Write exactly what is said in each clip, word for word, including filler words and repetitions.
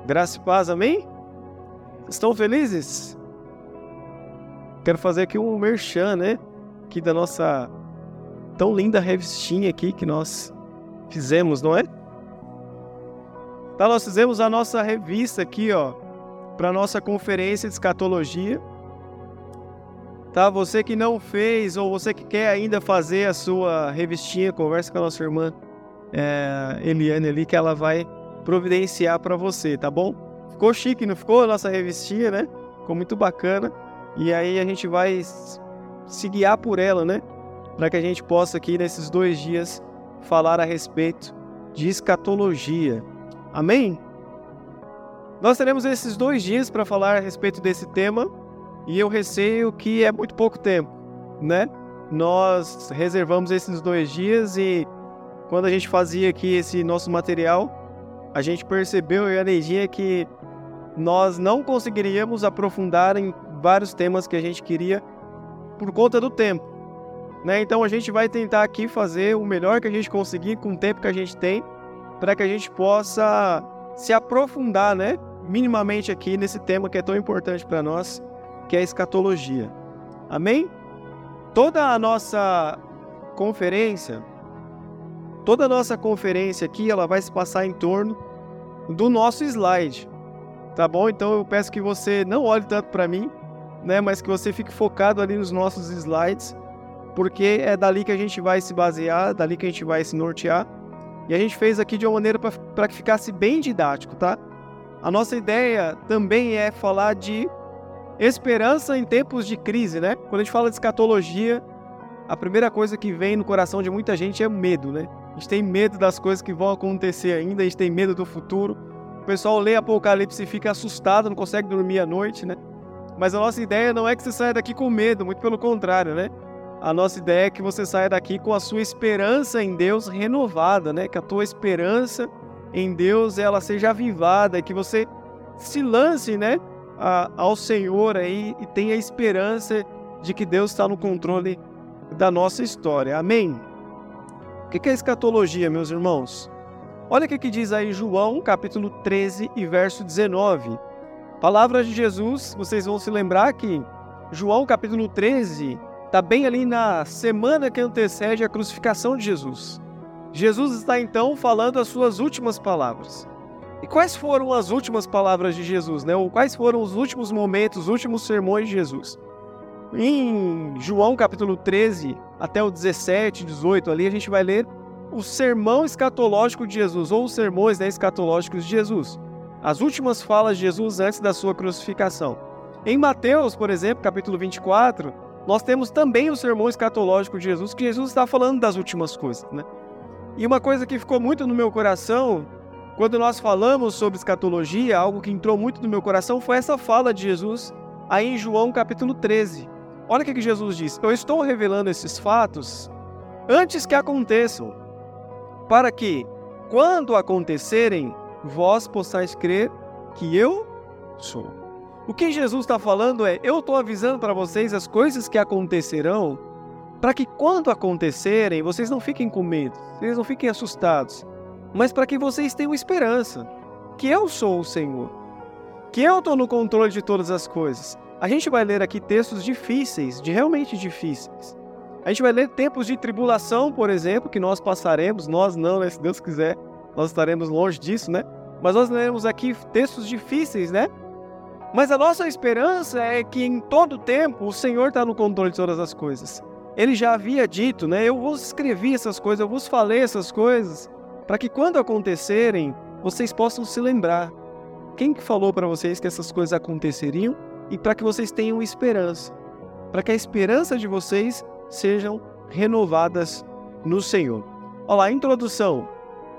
Graça e paz, amém? Estão felizes? Quero fazer aqui um merchan, né? Aqui da nossa tão linda revistinha aqui que nós fizemos, não é? Tá, nós fizemos a nossa revista aqui, ó, para nossa conferência de escatologia. Tá, você que não fez ou você que quer ainda fazer a sua revistinha, conversa com a nossa irmã é, Eliane ali, que ela vai providenciar para você, tá bom? Ficou chique, não ficou a nossa revistinha, né? Ficou muito bacana. E aí a gente vai se guiar por ela, né? Para que a gente possa aqui nesses dois dias falar a respeito de escatologia. Amém? Nós teremos esses dois dias para falar a respeito desse tema e eu receio que é muito pouco tempo, né? Nós reservamos esses dois dias e quando a gente fazia aqui esse nosso material, a gente percebeu, eu e a Neidinha, que nós não conseguiríamos aprofundar em vários temas que a gente queria por conta do tempo, né? Então a gente vai tentar aqui fazer o melhor que a gente conseguir com o tempo que a gente tem, para que a gente possa se aprofundar, né, minimamente aqui nesse tema que é tão importante para nós, que é a escatologia. Amém? Toda a nossa conferência, toda a nossa conferência aqui, ela vai se passar em torno do nosso slide, tá bom? Então eu peço que você não olhe tanto para mim, né, mas que você fique focado ali nos nossos slides, porque é dali que a gente vai se basear, dali que a gente vai se nortear. E a gente fez aqui de uma maneira para que ficasse bem didático, tá? A nossa ideia também é falar de esperança em tempos de crise, né? Quando a gente fala de escatologia, a primeira coisa que vem no coração de muita gente é medo, né? A gente tem medo das coisas que vão acontecer ainda, a gente tem medo do futuro. O pessoal lê Apocalipse e fica assustado, não consegue dormir à noite, né? Mas a nossa ideia não é que você saia daqui com medo, muito pelo contrário, né? A nossa ideia é que você saia daqui com a sua esperança em Deus renovada, né? Que a tua esperança em Deus, ela seja avivada, e que você se lance, né, a, ao Senhor aí e tenha esperança de que Deus está no controle da nossa história. Amém? O que é escatologia, meus irmãos? Olha o que diz aí João, capítulo treze e verso dezenove. Palavras de Jesus, vocês vão se lembrar que João, capítulo treze, está bem ali na semana que antecede a crucificação de Jesus. Jesus está então falando as suas últimas palavras. E quais foram as últimas palavras de Jesus, né? Ou quais foram os últimos momentos, os últimos sermões de Jesus? Em João capítulo treze até o dezessete, dezoito, ali a gente vai ler o sermão escatológico de Jesus, ou os sermões, né, escatológicos de Jesus. As últimas falas de Jesus antes da sua crucificação. Em Mateus, por exemplo, capítulo vinte e quatro, nós temos também o sermão escatológico de Jesus, que Jesus está falando das últimas coisas, né? E uma coisa que ficou muito no meu coração, quando nós falamos sobre escatologia, algo que entrou muito no meu coração, foi essa fala de Jesus aí em João capítulo treze. Olha o que Jesus diz: eu estou revelando esses fatos antes que aconteçam, para que, quando acontecerem, vós possais crer que eu sou. O que Jesus está falando é, eu estou avisando para vocês as coisas que acontecerão, para que quando acontecerem, vocês não fiquem com medo, vocês não fiquem assustados, mas para que vocês tenham esperança, que eu sou o Senhor, que eu estou no controle de todas as coisas. A gente vai ler aqui textos difíceis, de realmente difíceis. A gente vai ler tempos de tribulação, por exemplo, que nós passaremos, nós não, né? Se Deus quiser, nós estaremos longe disso, né? Mas nós leremos aqui textos difíceis, né? Mas a nossa esperança é que em todo tempo o Senhor está no controle de todas as coisas. Ele já havia dito, né? Eu vos escrevi essas coisas, eu vos falei essas coisas, para que quando acontecerem, vocês possam se lembrar. Quem que falou para vocês que essas coisas aconteceriam? E para que vocês tenham esperança. Para que a esperança de vocês sejam renovadas no Senhor. Olha lá, a introdução.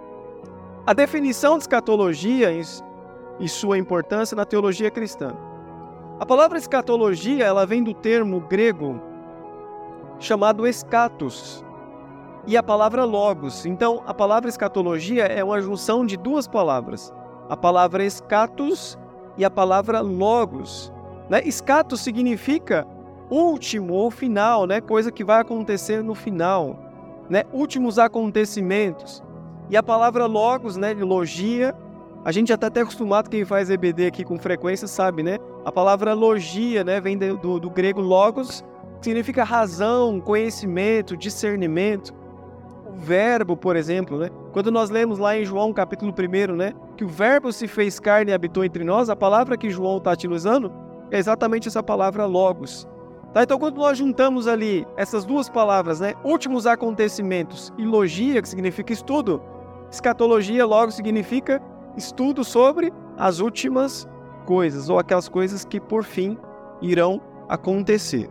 A definição de escatologia e sua importância na teologia cristã. A palavra escatologia, ela vem do termo grego chamado eschatos e a palavra logos. Então, a palavra escatologia é uma junção de duas palavras. A palavra eschatos e a palavra logos. Né? Eschatos significa último ou final, né? Coisa que vai acontecer no final, né? Últimos acontecimentos. E a palavra logos, né, de logia, A gente já está até acostumado, quem faz E B D aqui com frequência sabe, né? A palavra logia, né, vem do, do, do grego logos, que significa razão, conhecimento, discernimento. O verbo, por exemplo, né? Quando nós lemos lá em João capítulo um, né, que o verbo se fez carne e habitou entre nós, a palavra que João está utilizando é exatamente essa palavra logos. Tá? Então, quando nós juntamos ali essas duas palavras, né, últimos acontecimentos e logia, que significa estudo, escatologia logo significa estudo sobre as últimas coisas, ou aquelas coisas que por fim irão acontecer.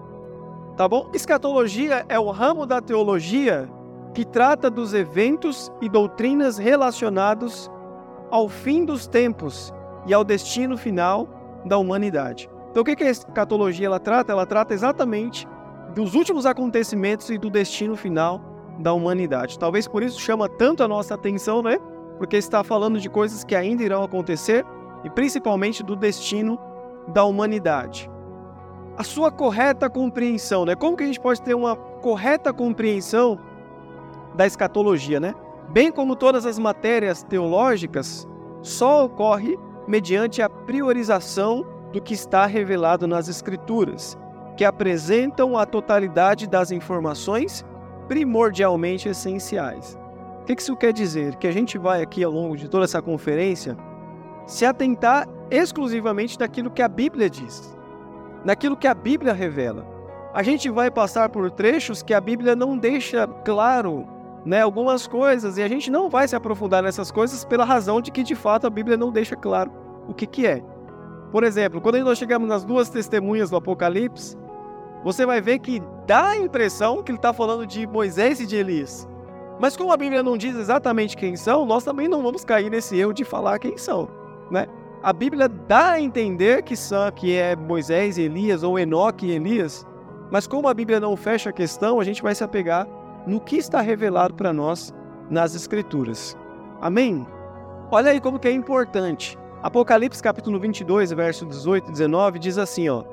Tá bom? Escatologia é o ramo da teologia que trata dos eventos e doutrinas relacionados ao fim dos tempos e ao destino final da humanidade. Então, o que a escatologia ela trata? Ela trata exatamente dos últimos acontecimentos e do destino final da humanidade. Talvez por isso chama tanto a nossa atenção, né? Porque está falando de coisas que ainda irão acontecer e principalmente do destino da humanidade. A sua correta compreensão, né? Como que a gente pode ter uma correta compreensão da escatologia, né? Bem como todas as matérias teológicas, só ocorre mediante a priorização do que está revelado nas Escrituras, que apresentam a totalidade das informações primordialmente essenciais. O que isso quer dizer? Que a gente vai aqui ao longo de toda essa conferência se atentar exclusivamente naquilo que a Bíblia diz, naquilo que a Bíblia revela. A gente vai passar por trechos que a Bíblia não deixa claro, né, algumas coisas, e a gente não vai se aprofundar nessas coisas pela razão de que, de fato, a Bíblia não deixa claro o que, que é. Por exemplo, quando nós chegamos nas duas testemunhas do Apocalipse, você vai ver que dá a impressão que ele está falando de Moisés e de Elias. Mas como a Bíblia não diz exatamente quem são, nós também não vamos cair nesse erro de falar quem são, né? A Bíblia dá a entender que, são, que é Moisés e Elias, ou Enoque e Elias, mas como a Bíblia não fecha a questão, a gente vai se apegar no que está revelado para nós nas Escrituras. Amém? Olha aí como que é importante. Apocalipse capítulo vinte e dois, verso dezoito e dezenove, diz assim, ó.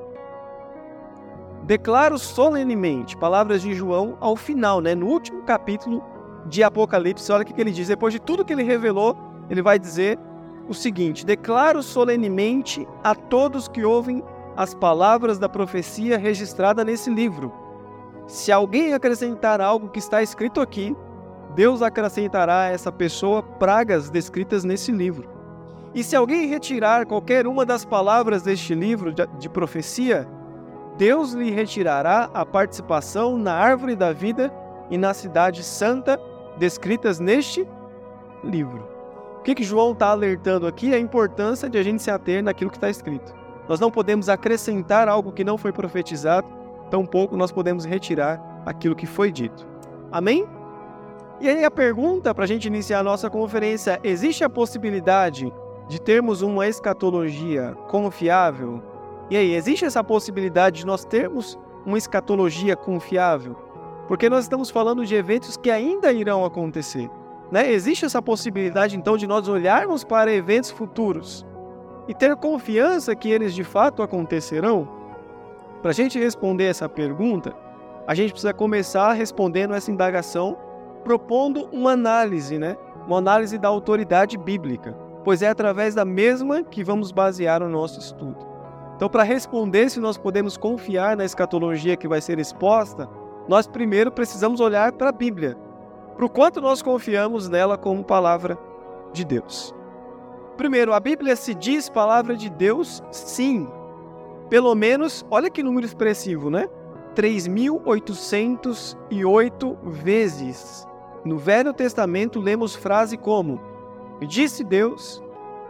Declaro solenemente, palavras de João ao final, né, no último capítulo de Apocalipse, olha o que ele diz. Depois de tudo que ele revelou, ele vai dizer o seguinte: declaro solenemente a todos que ouvem as palavras da profecia registrada nesse livro. Se alguém acrescentar algo que está escrito aqui, Deus acrescentará a essa pessoa pragas descritas nesse livro. E se alguém retirar qualquer uma das palavras deste livro de profecia, Deus lhe retirará a participação na árvore da vida e na cidade santa descritas neste livro. O que, que João está alertando aqui é a importância de a gente se ater naquilo que está escrito. Nós não podemos acrescentar algo que não foi profetizado, tampouco nós podemos retirar aquilo que foi dito. Amém? E aí a pergunta para a gente iniciar a nossa conferência: existe a possibilidade de termos uma escatologia confiável? E aí, existe essa possibilidade de nós termos uma escatologia confiável? Porque nós estamos falando de eventos que ainda irão acontecer, né? Existe essa possibilidade, então, de nós olharmos para eventos futuros e ter confiança que eles de fato acontecerão? Para a gente responder essa pergunta, a gente precisa começar respondendo essa indagação, propondo uma análise, né? Uma análise da autoridade bíblica, pois é através da mesma que vamos basear o nosso estudo. Então, para responder se nós podemos confiar na escatologia que vai ser exposta, nós primeiro precisamos olhar para a Bíblia, para o quanto nós confiamos nela como palavra de Deus. Primeiro, a Bíblia se diz palavra de Deus? Sim. Pelo menos, olha que número expressivo, né? três mil oitocentos e oito vezes. No Velho Testamento, lemos frase como: disse Deus,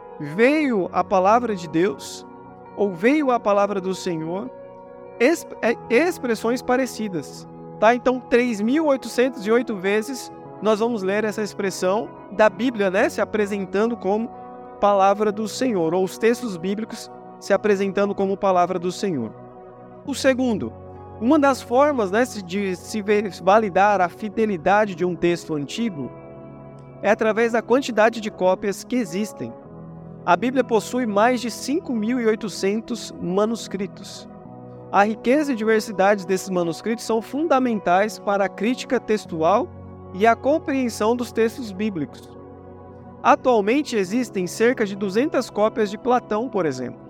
veio a palavra de Deus, ou veio a palavra do Senhor, exp- expressões parecidas, tá? Então, três mil oitocentos e oito vezes nós vamos ler essa expressão da Bíblia, né, se apresentando como palavra do Senhor, ou os textos bíblicos se apresentando como palavra do Senhor. O segundo, uma das formas, né, de se validar a fidelidade de um texto antigo é através da quantidade de cópias que existem. A Bíblia possui mais de cinco mil e oitocentos manuscritos. A riqueza e diversidade desses manuscritos são fundamentais para a crítica textual e a compreensão dos textos bíblicos. Atualmente existem cerca de duzentas cópias de Platão, por exemplo.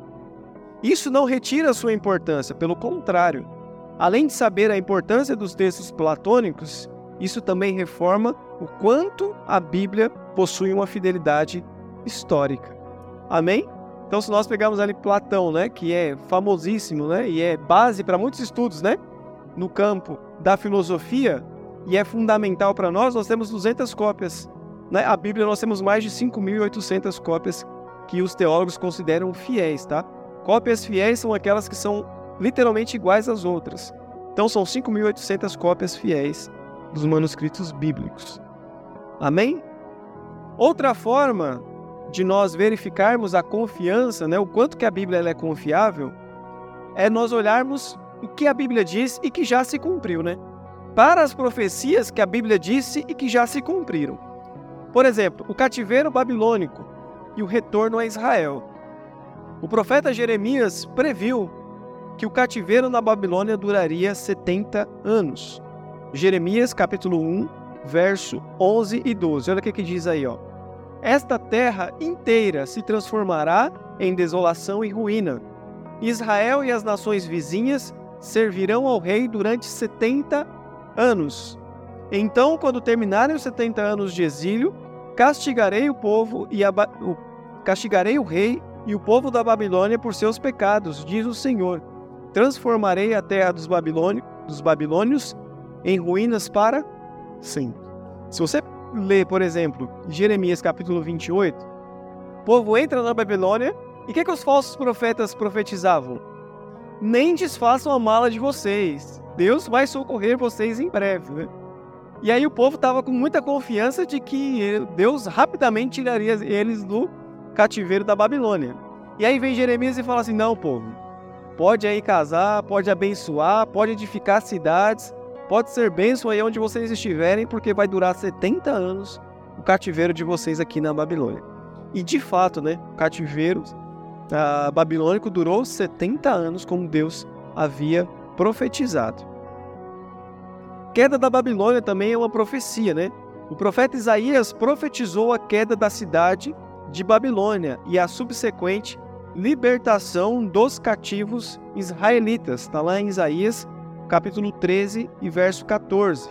Isso não retira sua importância, pelo contrário. Além de saber a importância dos textos platônicos, isso também reforma o quanto a Bíblia possui uma fidelidade histórica. Amém? Então, se nós pegarmos ali Platão, né, que é famosíssimo, né, e é base para muitos estudos, né, no campo da filosofia, e é fundamental para nós, nós temos duzentas cópias. Né? A Bíblia nós temos mais de cinco mil e oitocentas cópias que os teólogos consideram fiéis, tá? Cópias fiéis são aquelas que são literalmente iguais às outras. Então são cinco mil e oitocentas cópias fiéis dos manuscritos bíblicos. Amém? Outra forma de nós verificarmos a confiança, né, o quanto que a Bíblia ela é confiável, é nós olharmos o que a Bíblia diz e que já se cumpriu, né? Para as profecias que a Bíblia disse e que já se cumpriram. Por exemplo, o cativeiro babilônico e o retorno a Israel. O profeta Jeremias previu que o cativeiro na Babilônia duraria setenta anos. Jeremias capítulo um, verso onze e doze. Olha o que, que diz aí, ó. Esta terra inteira se transformará em desolação e ruína. Israel e as nações vizinhas servirão ao rei durante setenta anos. Então, quando terminarem os setenta anos de exílio, castigarei o povo e a ba... o... castigarei o rei e o povo da Babilônia por seus pecados, diz o Senhor. Transformarei a terra dos, babilônios, dos babilônios em ruínas para sempre. Se você ler, por exemplo, Jeremias capítulo vinte e oito, o povo entra na Babilônia e o que, que os falsos profetas profetizavam? Nem desfaçam a mala de vocês. Deus vai socorrer vocês em breve, né? E aí o povo estava com muita confiança de que Deus rapidamente tiraria eles do cativeiro da Babilônia. E aí vem Jeremias e fala assim, não, povo, pode aí casar, pode abençoar, pode edificar cidades, pode ser bênção aí onde vocês estiverem, porque vai durar setenta anos o cativeiro de vocês aqui na Babilônia. E de fato, né, o cativeiro uh, babilônico durou setenta anos, como Deus havia profetizado. Queda da Babilônia também é uma profecia, né? O profeta Isaías profetizou a queda da cidade de Babilônia e a subsequente libertação dos cativos israelitas. Está lá em Isaías, capítulo treze e verso quatorze.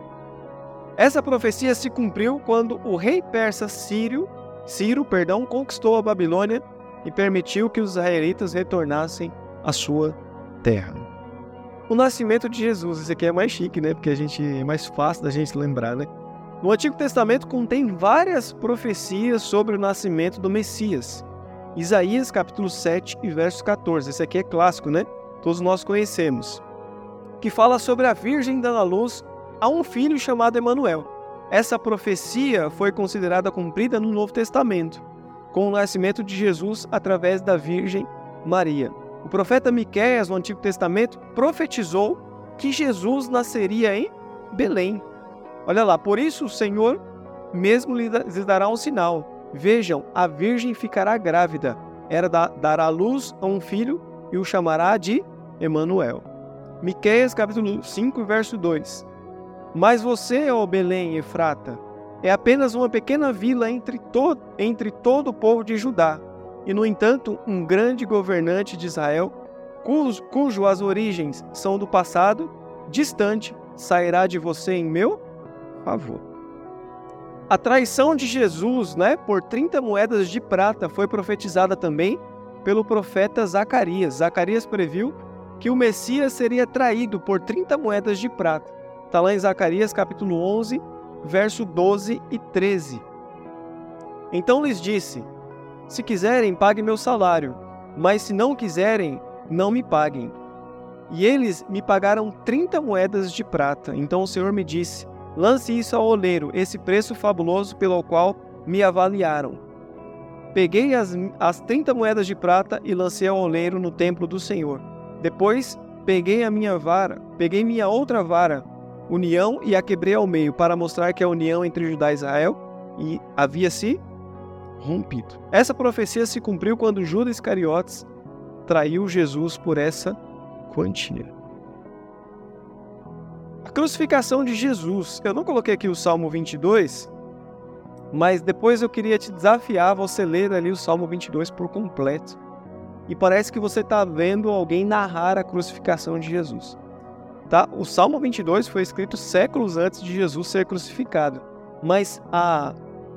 Essa profecia se cumpriu quando o rei persa Ciro, Ciro, perdão, conquistou a Babilônia e permitiu que os israelitas retornassem à sua terra. O nascimento de Jesus, esse aqui é mais chique, né? Porque a gente, é mais fácil da gente lembrar, né? No Antigo Testamento contém várias profecias sobre o nascimento do Messias. Isaías capítulo sete e verso quatorze, esse aqui é clássico, né? Todos nós conhecemos. Que fala sobre a virgem dando à luz a um filho chamado Emanuel. Essa profecia foi considerada cumprida no Novo Testamento, com o nascimento de Jesus através da Virgem Maria. O profeta Miqueias, no Antigo Testamento, profetizou que Jesus nasceria em Belém. Olha lá, por isso o Senhor mesmo lhes dará um sinal. Vejam, a virgem ficará grávida, ela dará luz a um filho e o chamará de Emanuel. Miqueias, capítulo cinco, verso dois. Mas você, ó Belém, Efrata, é apenas uma pequena vila entre, to- entre todo o povo de Judá. E, no entanto, um grande governante de Israel, cujo, cujo as origens são do passado distante, sairá de você em meu favor. A traição de Jesus, né, por trinta moedas de prata foi profetizada também pelo profeta Zacarias. Zacarias previu que o Messias seria traído por trinta moedas de prata. Está lá em Zacarias capítulo onze, verso doze e treze. Então lhes disse: se quiserem, paguem meu salário, mas se não quiserem, não me paguem. E eles me pagaram trinta moedas de prata. Então o Senhor me disse: lance isso ao oleiro, esse preço fabuloso pelo qual me avaliaram. Peguei as, as trinta moedas de prata e lancei ao oleiro no templo do Senhor. Depois peguei a minha vara, peguei minha outra vara, união, e a quebrei ao meio, para mostrar que a união entre Judá e Israel e havia se rompido. Essa profecia se cumpriu quando Judas Iscariotes traiu Jesus por essa quantia. A crucificação de Jesus. Eu não coloquei aqui o Salmo vinte e dois, Mas depois eu queria te desafiar a você ler ali o Salmo vinte e dois por completo. E parece que você está vendo alguém narrar a crucificação de Jesus. Tá? O Salmo vinte e dois foi escrito séculos antes de Jesus ser crucificado. Mas a,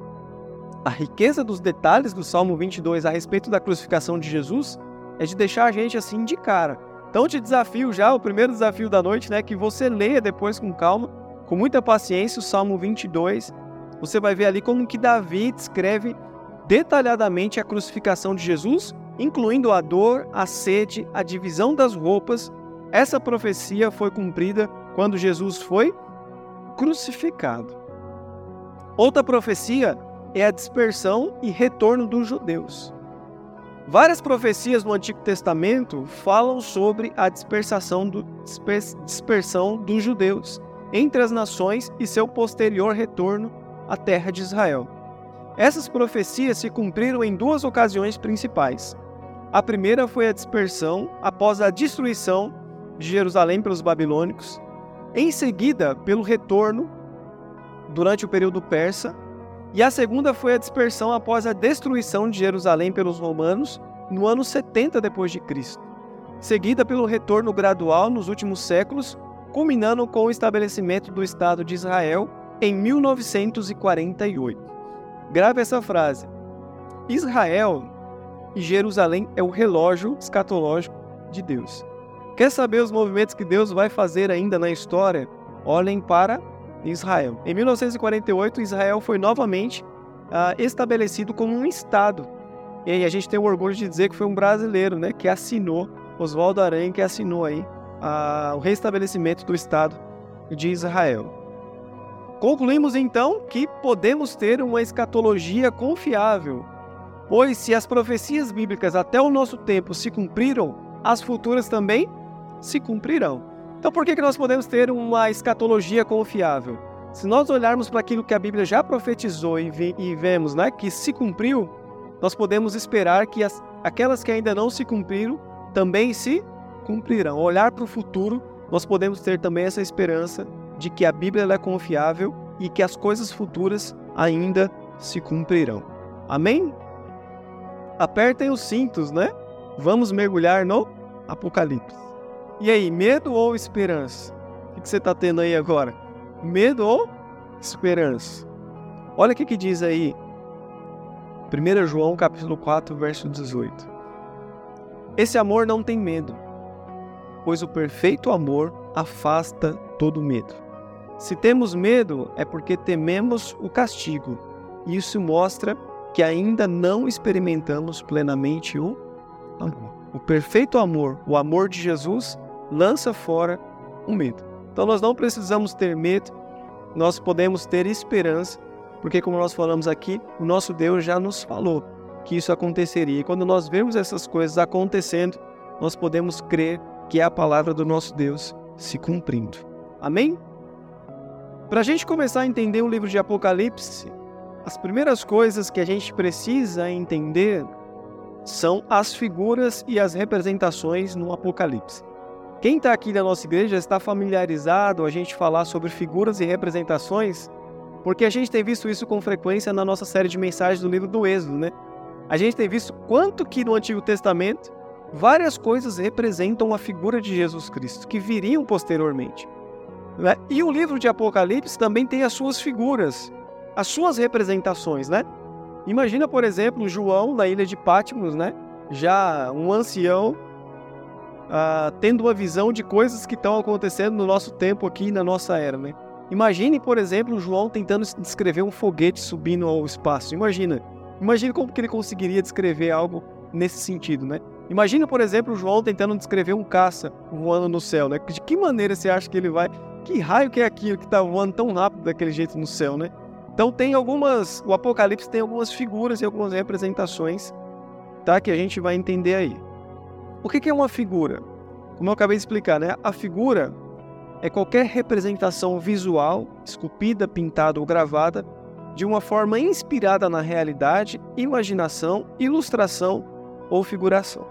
a riqueza dos detalhes do Salmo vinte e dois a respeito da crucificação de Jesus é de deixar a gente assim de cara. Então eu te desafio já, o primeiro desafio da noite, né, que você leia depois com calma, com muita paciência, o Salmo vinte e dois. Você vai ver ali como que Davi descreve detalhadamente a crucificação de Jesus, incluindo a dor, a sede, a divisão das roupas. Essa profecia foi cumprida quando Jesus foi crucificado. Outra profecia é a dispersão e retorno dos judeus. Várias profecias no Antigo Testamento falam sobre a dispersação, do, dispersão dos judeus entre as nações e seu posterior retorno à terra de Israel. Essas profecias se cumpriram em duas ocasiões principais. A primeira foi a dispersão após a destruição de Jerusalém pelos babilônicos, em seguida pelo retorno durante o período persa, e a segunda foi a dispersão após a destruição de Jerusalém pelos romanos no ano setenta depois de Cristo, seguida pelo retorno gradual nos últimos séculos, culminando com o estabelecimento do Estado de Israel em mil novecentos e quarenta e oito. Grave essa frase: Israel e Jerusalém é o relógio escatológico de Deus. Quer saber os movimentos que Deus vai fazer ainda na história? Olhem para Israel. Em mil novecentos e quarenta e oito, Israel foi novamente ah, estabelecido como um Estado. E aí a gente tem o orgulho de dizer que foi um brasileiro, né, que assinou, Oswaldo Aranha, que assinou aí ah, o restabelecimento do Estado de Israel. Concluímos então que podemos ter uma escatologia confiável, pois se as profecias bíblicas até o nosso tempo se cumpriram, as futuras também se cumprirão. Então por que que nós podemos ter uma escatologia confiável? Se nós olharmos para aquilo que a Bíblia já profetizou e, vi, e vemos, né, que se cumpriu, nós podemos esperar que as, aquelas que ainda não se cumpriram também se cumprirão. Ao olhar para o futuro, nós podemos ter também essa esperança de que a Bíblia ela é confiável e que as coisas futuras ainda se cumprirão. Amém? Apertem os cintos, né? Vamos mergulhar no Apocalipse. E aí, medo ou esperança? O que você está tendo aí agora? Medo ou esperança? Olha o que, que diz aí, primeiro João capítulo quatro, verso dezoito. Esse amor não tem medo, pois o perfeito amor afasta todo medo. Se temos medo, é porque tememos o castigo, e isso mostra que ainda não experimentamos plenamente o amor. O perfeito amor, o amor de Jesus, lança fora o medo. Então nós não precisamos ter medo, nós podemos ter esperança, porque como nós falamos aqui, o nosso Deus já nos falou que isso aconteceria. E quando nós vemos essas coisas acontecendo, nós podemos crer que é a palavra do nosso Deus se cumprindo. Amém? Para a gente começar a entender o livro de Apocalipse, as primeiras coisas que a gente precisa entender são as figuras e as representações no Apocalipse. Quem está aqui na nossa igreja está familiarizado a gente falar sobre figuras e representações, porque a gente tem visto isso com frequência na nossa série de mensagens do livro do Êxodo, né? A gente tem visto quanto que no Antigo Testamento várias coisas representam a figura de Jesus Cristo, que viriam posteriormente, né? E o livro de Apocalipse também tem as suas figuras, as suas representações, né? Imagina, por exemplo, João na ilha de Patmos, né? Já um ancião, Uh, tendo uma visão de coisas que estão acontecendo no nosso tempo aqui, na nossa era, né? Imagine, por exemplo, João tentando descrever um foguete subindo ao espaço. Imagina. Imagina como que ele conseguiria descrever algo nesse sentido, né? Imagina, por exemplo, João tentando descrever um caça voando no céu, né? De que maneira você acha que ele vai... Que raio que é aquilo que está voando tão rápido daquele jeito no céu, né? Então tem algumas... O Apocalipse tem algumas figuras e algumas representações, tá? Que a gente vai entender aí. O que é uma figura? Como eu acabei de explicar, né? A figura é qualquer representação visual, esculpida, pintada ou gravada, de uma forma inspirada na realidade, imaginação, ilustração ou figuração.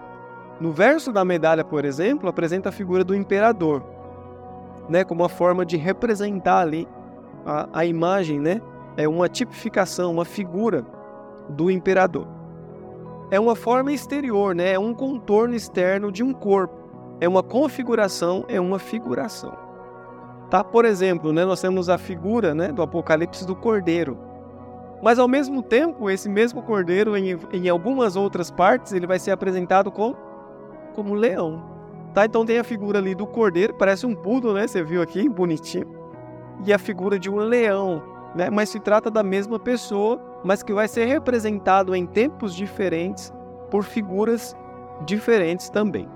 No verso da medalha, por exemplo, apresenta a figura do imperador, né? Como uma forma de representar ali a, a imagem, né? é uma tipificação, uma figura do imperador. É uma forma exterior, né? É um contorno externo de um corpo. É uma configuração, é uma figuração. Tá? Por exemplo, né, nós temos a figura, né, do Apocalipse do cordeiro. Mas ao mesmo tempo, esse mesmo cordeiro, em, em algumas outras partes, ele vai ser apresentado como, como leão. Tá? Então tem a figura ali do cordeiro, parece um poodle, né? Você viu aqui, bonitinho. E a figura de um leão, né? Mas se trata da mesma pessoa, mas que vai ser representado em tempos diferentes por figuras diferentes também.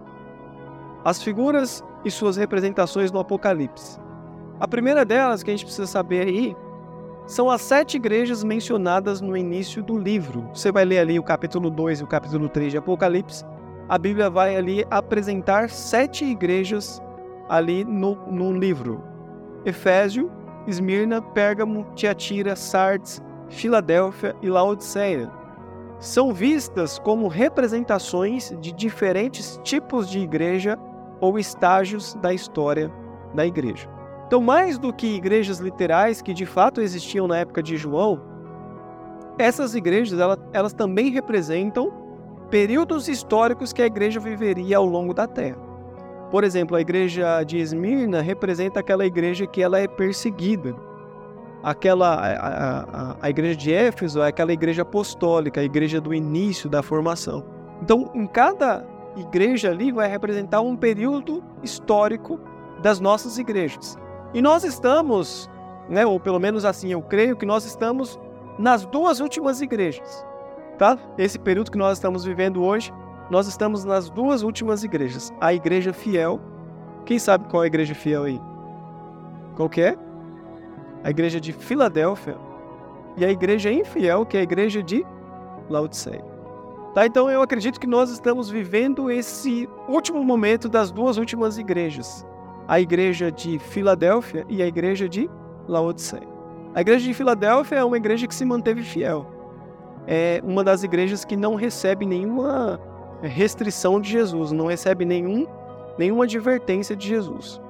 As figuras e suas representações no Apocalipse. A primeira delas, que a gente precisa saber aí, são as sete igrejas mencionadas no início do livro. Você vai ler ali o capítulo dois e o capítulo três de Apocalipse. A Bíblia vai ali apresentar sete igrejas ali no, no livro. Efésio, Esmirna, Pérgamo, Tiatira, Sardes, Filadélfia e Laodiceia. São vistas como representações de diferentes tipos de igreja ou estágios da história da igreja. Então, mais do que igrejas literais que de fato existiam na época de João, essas igrejas elas, elas também representam períodos históricos que a igreja viveria ao longo da terra. Por exemplo, a igreja de Esmirna representa aquela igreja que ela é perseguida. Aquela, a, a, a igreja de Éfeso é aquela igreja apostólica, a igreja do início da formação. Então, em cada igreja ali vai representar um período histórico das nossas igrejas. E nós estamos, né, ou pelo menos assim eu creio, que nós estamos nas duas últimas igrejas. Tá? Esse período que nós estamos vivendo hoje, nós estamos nas duas últimas igrejas. A igreja fiel, quem sabe qual é a igreja fiel aí? Qual que é? A igreja de Filadélfia e a igreja infiel, que é a igreja de Laodiceia. Tá? Então eu acredito que nós estamos vivendo esse último momento das duas últimas igrejas. A igreja de Filadélfia e a igreja de Laodiceia. A igreja de Filadélfia é uma igreja que se manteve fiel. É uma das igrejas que não recebe nenhuma restrição de Jesus, não recebe nenhum, nenhuma advertência de Jesus.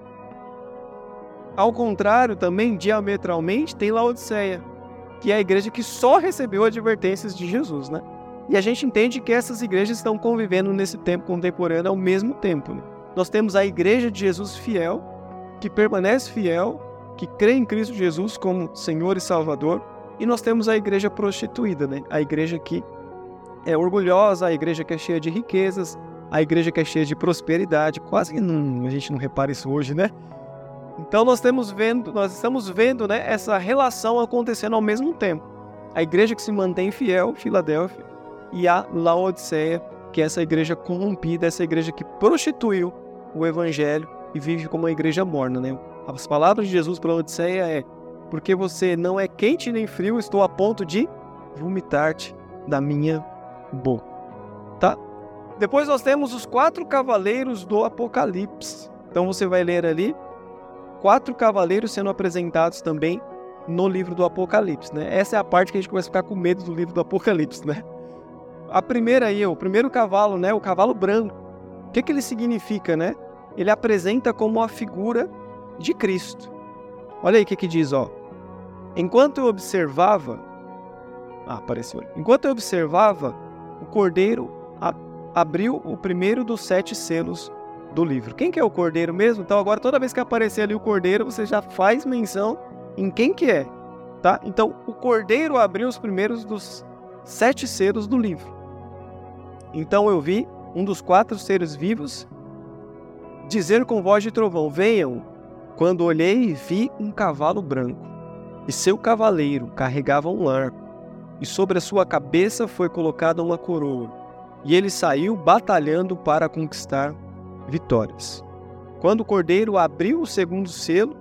Ao contrário, também, diametralmente, tem Laodiceia, que é a igreja que só recebeu advertências de Jesus, né? E a gente entende que essas igrejas estão convivendo nesse tempo contemporâneo ao mesmo tempo, né? Nós temos a igreja de Jesus fiel, que permanece fiel, que crê em Cristo Jesus como Senhor e Salvador, e nós temos a igreja prostituída, né? A igreja que é orgulhosa, a igreja que é cheia de riquezas, a igreja que é cheia de prosperidade. Quase que não, a gente não repara isso hoje, né? Então nós estamos vendo, nós estamos vendo, né, essa relação acontecendo ao mesmo tempo. A igreja que se mantém fiel, Filadélfia, e a Laodiceia, que é essa igreja corrompida, essa igreja que prostituiu o evangelho e vive como uma igreja morna, né? As palavras de Jesus para a Laodiceia é: porque você não é quente nem frio, estou a ponto de vomitar-te da minha boca. Tá? Depois nós temos os quatro cavaleiros do Apocalipse. Então você vai ler ali quatro cavaleiros sendo apresentados também no livro do Apocalipse, né? Essa é a parte que a gente começa a ficar com medo do livro do Apocalipse, né? A primeira aí, o primeiro cavalo, né? O cavalo branco. O que que ele significa, né? Ele apresenta como a figura de Cristo. Olha aí o que que diz, ó. Enquanto eu observava... Ah, apareceu ali. Enquanto eu observava, o cordeiro a... abriu o primeiro dos sete selos do livro. Quem que é o cordeiro mesmo? Então agora toda vez que aparecer ali o cordeiro, você já faz menção em quem que é, tá? Então o cordeiro abriu os primeiros dos sete selos do livro. Então eu vi um dos quatro seres vivos dizer com voz de trovão: venham. Quando olhei, vi um cavalo branco, e seu cavaleiro carregava um arco, e sobre a sua cabeça foi colocada uma coroa, e ele saiu batalhando para conquistar vitórias. Quando o cordeiro abriu o segundo selo,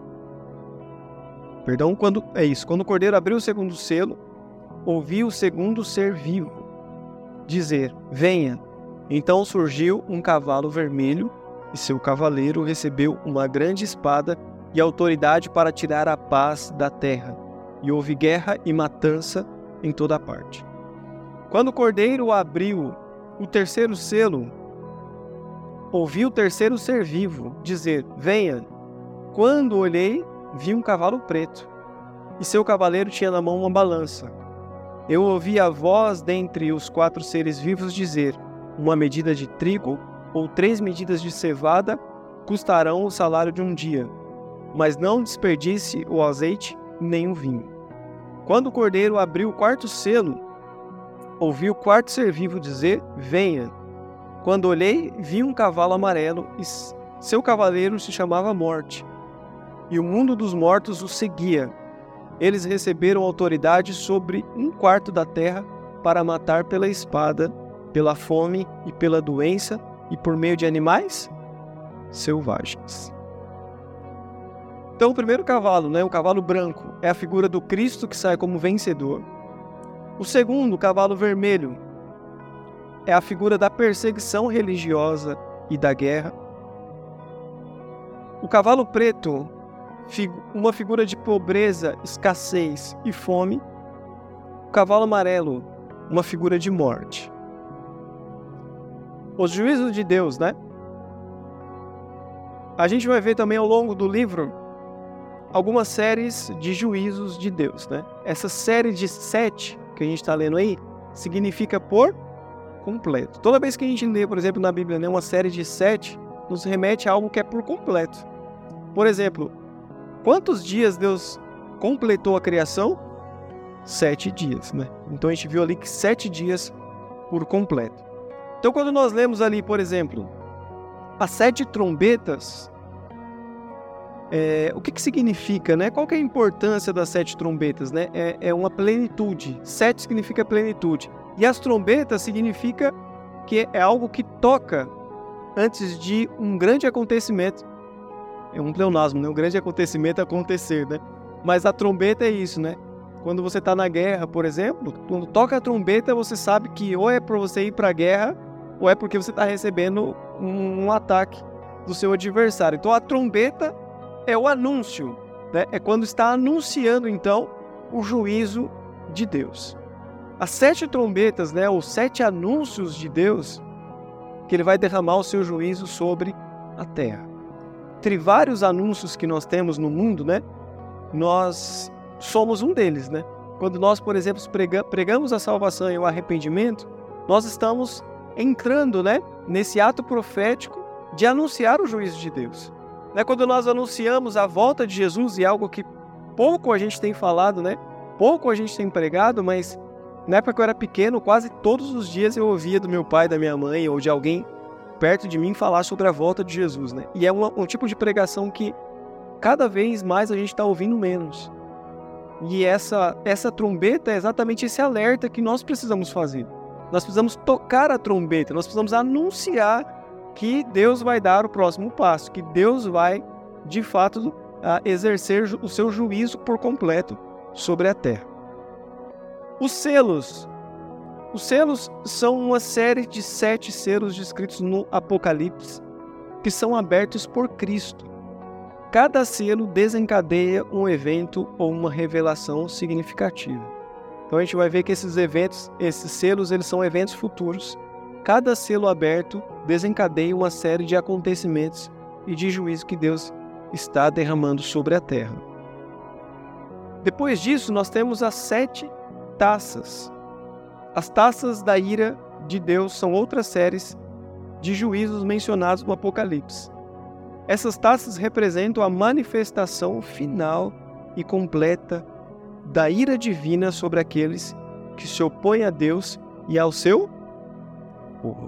perdão, quando é isso, quando o cordeiro abriu o segundo selo, ouvi o segundo ser vivo dizer: venha. Então surgiu um cavalo vermelho, e seu cavaleiro recebeu uma grande espada e autoridade para tirar a paz da terra, e houve guerra e matança em toda parte. Quando o cordeiro abriu o terceiro selo, ouvi o terceiro ser vivo dizer: venha. Quando olhei, vi um cavalo preto, e seu cavaleiro tinha na mão uma balança. Eu ouvi a voz dentre os quatro seres vivos dizer: uma medida de trigo ou três medidas de cevada custarão o salário de um dia, mas não desperdice o azeite nem o vinho. Quando o cordeiro abriu o quarto selo, ouvi o quarto ser vivo dizer: venha. Quando olhei, vi um cavalo amarelo e seu cavaleiro se chamava Morte, e o mundo dos mortos o seguia. Eles receberam autoridade sobre um quarto da terra para matar pela espada, pela fome e pela doença e por meio de animais selvagens. Então o primeiro cavalo, né, o cavalo branco, é a figura do Cristo que sai como vencedor. O segundo, o cavalo vermelho, é a figura da perseguição religiosa e da guerra. O cavalo preto, uma figura de pobreza, escassez e fome. O cavalo amarelo, uma figura de morte. Os juízos de Deus, né? A gente vai ver também ao longo do livro algumas séries de juízos de Deus, né? Essa série de sete que a gente está lendo aí significa por completo. Toda vez que a gente lê, por exemplo, na Bíblia, né, uma série de sete, nos remete a algo que é por completo. Por exemplo, quantos dias Deus completou a criação? Sete dias, né? Então a gente viu ali que sete dias por completo. Então quando nós lemos ali, por exemplo, as sete trombetas, é, o que que significa, né? Qual que é a importância das sete trombetas, né? É, é uma plenitude. Sete significa plenitude. E as trombetas significa que é algo que toca antes de um grande acontecimento. É um pleonasmo, né? Um grande acontecimento acontecer, né? Mas a trombeta é isso, né? Quando você está na guerra, por exemplo, quando toca a trombeta, você sabe que ou é para você ir para a guerra, ou é porque você está recebendo um, um ataque do seu adversário. Então a trombeta é o anúncio, né? É quando está anunciando, então, o juízo de Deus. As sete trombetas, né? Os sete anúncios de Deus, que Ele vai derramar o seu juízo sobre a terra. Entre vários anúncios que nós temos no mundo, né? Nós somos um deles, né? Quando nós, por exemplo, pregamos a salvação e o arrependimento, nós estamos entrando, né, nesse ato profético de anunciar o juízo de Deus. Né? Quando nós anunciamos a volta de Jesus, e algo que pouco a gente tem falado, né? Pouco a gente tem pregado, mas na época que eu era pequeno, quase todos os dias eu ouvia do meu pai, da minha mãe ou de alguém perto de mim falar sobre a volta de Jesus, né? E é uma, um tipo de pregação que cada vez mais a gente está ouvindo menos. E essa, essa trombeta é exatamente esse alerta que nós precisamos fazer. Nós precisamos tocar a trombeta, nós precisamos anunciar que Deus vai dar o próximo passo, que Deus vai, de fato, exercer o seu juízo por completo sobre a terra. Os selos. Os selos são uma série de sete selos descritos no Apocalipse, que são abertos por Cristo. Cada selo desencadeia um evento ou uma revelação significativa. Então a gente vai ver que esses eventos, esses selos, eles são eventos futuros. Cada selo aberto desencadeia uma série de acontecimentos e de juízo que Deus está derramando sobre a terra. Depois disso, nós temos as sete taças. As taças da ira de Deus são outras séries de juízos mencionados no Apocalipse. Essas taças representam a manifestação final e completa da ira divina sobre aqueles que se opõem a Deus e ao seu povo.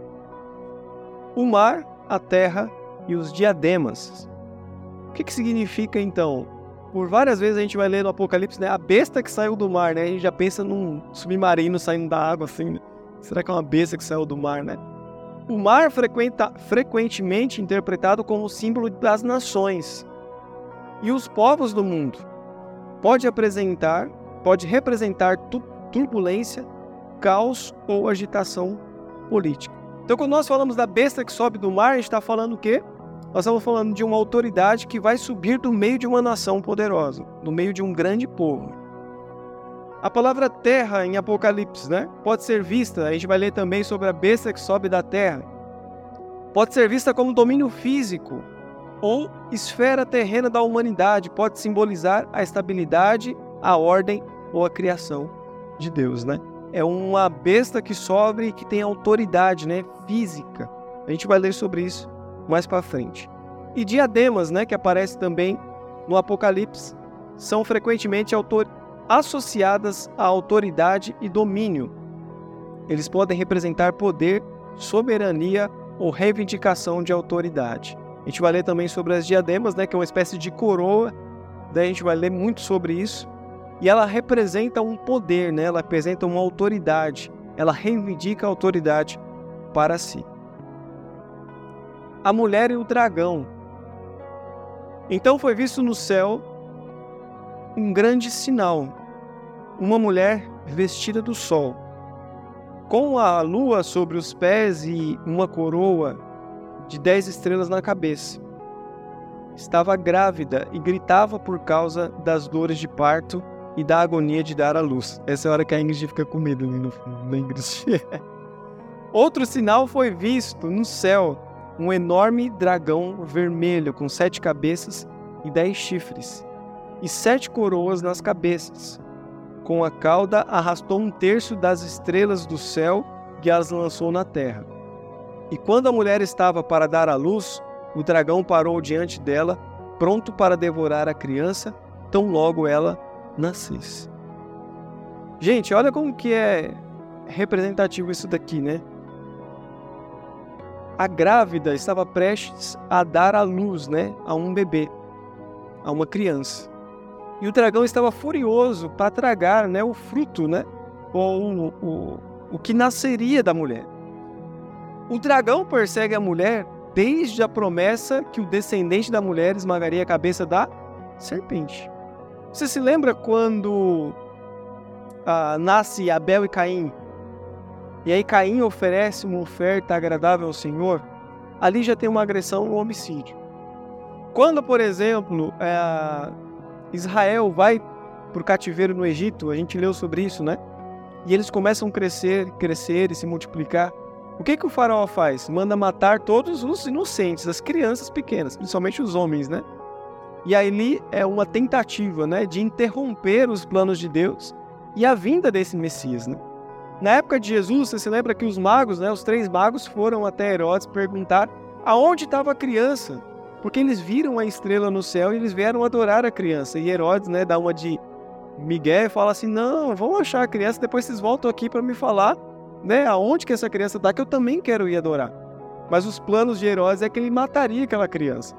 O mar, a terra e os diademas. O que que significa então? Por várias vezes a gente vai ler no Apocalipse, né? A besta que saiu do mar, né? A gente já pensa num submarino saindo da água assim, né? Será que é uma besta que saiu do mar, né? O mar frequenta, frequentemente interpretado como símbolo das nações e os povos do mundo. Pode apresentar, pode representar tu, turbulência, caos ou agitação política. Então, quando nós falamos da besta que sobe do mar, a gente está falando o quê? Nós estamos falando de uma autoridade que vai subir do meio de uma nação poderosa, do meio de um grande povo. A palavra terra em Apocalipse, né, pode ser vista, a gente vai ler também sobre a besta que sobe da terra, pode ser vista como domínio físico ou esfera terrena da humanidade, pode simbolizar a estabilidade, a ordem ou a criação de Deus, né? É uma besta que sobe e que tem autoridade, né, física. A gente vai ler sobre isso mais para frente. E diademas, né, que aparece também no Apocalipse, são frequentemente autor... associadas à autoridade e domínio. Eles podem representar poder, soberania ou reivindicação de autoridade. A gente vai ler também sobre as diademas, né, que é uma espécie de coroa. Daí a gente vai ler muito sobre isso. E ela representa um poder, né? Ela representa uma autoridade. Ela reivindica a autoridade para si. A mulher e o dragão. Então foi visto no céu um grande sinal. Uma mulher vestida do sol, com a lua sobre os pés e uma coroa de dez estrelas na cabeça. Estava grávida e gritava por causa das dores de parto e da agonia de dar à luz. Essa é a hora que a Ingrid fica com medo ali no fundo, né, Ingrid? Outro sinal foi visto no céu, um enorme dragão vermelho com sete cabeças e dez chifres, e sete coroas nas cabeças. Com a cauda arrastou um terço das estrelas do céu e as lançou na terra. E quando a mulher estava para dar à luz, o dragão parou diante dela, pronto para devorar a criança, tão logo ela nascesse. Gente, olha como que é representativo isso daqui, né? A grávida estava prestes a dar à luz, né, a um bebê, a uma criança. E o dragão estava furioso para tragar, né, o fruto, né, ou o, o, o que nasceria da mulher. O dragão persegue a mulher desde a promessa que o descendente da mulher esmagaria a cabeça da serpente. Você se lembra quando ah, nasce Abel e Caim? E aí Caim oferece uma oferta agradável ao Senhor? Ali já tem uma agressão, um homicídio. Quando, por exemplo, é, Israel vai para o cativeiro no Egito, a gente leu sobre isso, né? E eles começam a crescer, crescer e se multiplicar. O que que o faraó faz? Manda matar todos os inocentes, as crianças pequenas, principalmente os homens, né? E ali é uma tentativa, né, de interromper os planos de Deus e a vinda desse Messias, né? Na época de Jesus, você se lembra que os magos, né, os três magos foram até Herodes perguntar aonde estava a criança, porque eles viram a estrela no céu e eles vieram adorar a criança. E Herodes, né, dá uma de migué e fala assim, não, vão achar a criança, depois vocês voltam aqui para me falar, né, aonde que essa criança está, que eu também quero ir adorar. Mas os planos de Herodes é que ele mataria aquela criança.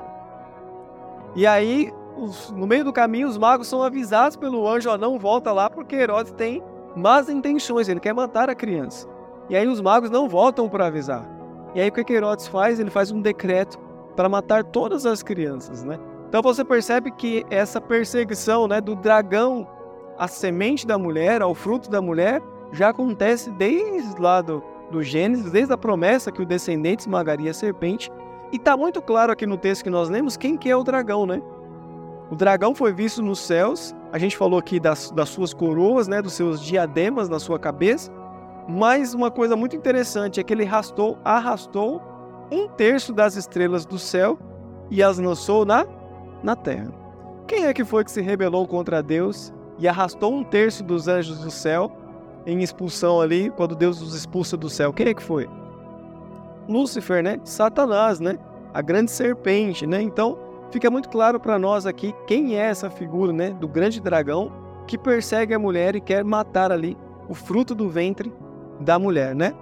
E aí, os, no meio do caminho, os magos são avisados pelo anjo, ó, não volta lá, porque Herodes tem más intenções, ele quer matar a criança. E aí os magos não voltam para avisar. E aí o que Herodes faz? Ele faz um decreto para matar todas as crianças, né? Então você percebe que essa perseguição, né, do dragão à semente da mulher, ao fruto da mulher, já acontece desde lá do, do Gênesis, desde a promessa que o descendente esmagaria a serpente. E está muito claro aqui no texto que nós lemos quem que é o dragão, né? O dragão foi visto nos céus, a gente falou aqui das, das suas coroas, né, dos seus diademas na sua cabeça, mas uma coisa muito interessante é que ele arrastou, arrastou um terço das estrelas do céu e as lançou na, na terra. Quem é que foi que se rebelou contra Deus e arrastou um terço dos anjos do céu em expulsão ali, quando Deus os expulsa do céu? Quem é que foi? Lúcifer, né? Satanás, né? A grande serpente, né? Então, fica muito claro para nós aqui quem é essa figura, né? Do grande dragão que persegue a mulher e quer matar ali o fruto do ventre da mulher, né?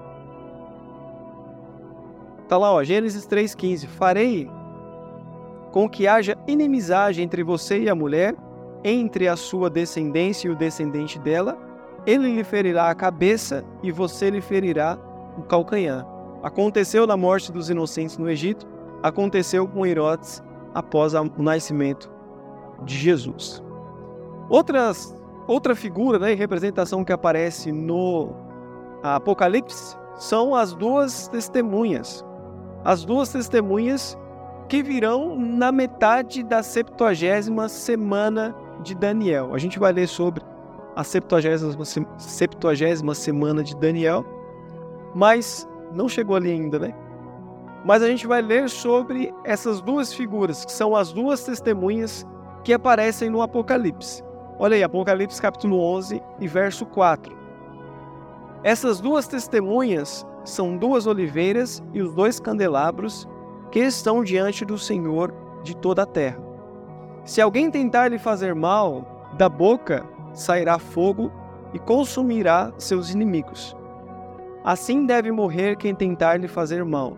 Tá lá, ó, Gênesis três, quinze. Farei com que haja inimizade entre você e a mulher, entre a sua descendência e o descendente dela. Ele lhe ferirá a cabeça e você lhe ferirá o calcanhar. Aconteceu na morte dos inocentes no Egito, aconteceu com Herodes após o nascimento de Jesus. Outras, outra figura, né, e representação que aparece no Apocalipse são as duas testemunhas. As duas testemunhas que virão na metade da septuagésima semana de Daniel. A gente vai ler sobre a septuagésima, septuagésima semana de Daniel, mas não chegou ali ainda, né? Mas a gente vai ler sobre essas duas figuras, que são as duas testemunhas que aparecem no Apocalipse. Olha aí, Apocalipse capítulo onze e verso quatro. Essas duas testemunhas são duas oliveiras e os dois candelabros que estão diante do Senhor de toda a terra. Se alguém tentar lhe fazer mal, da boca sairá fogo e consumirá seus inimigos. Assim deve morrer quem tentar lhe fazer mal.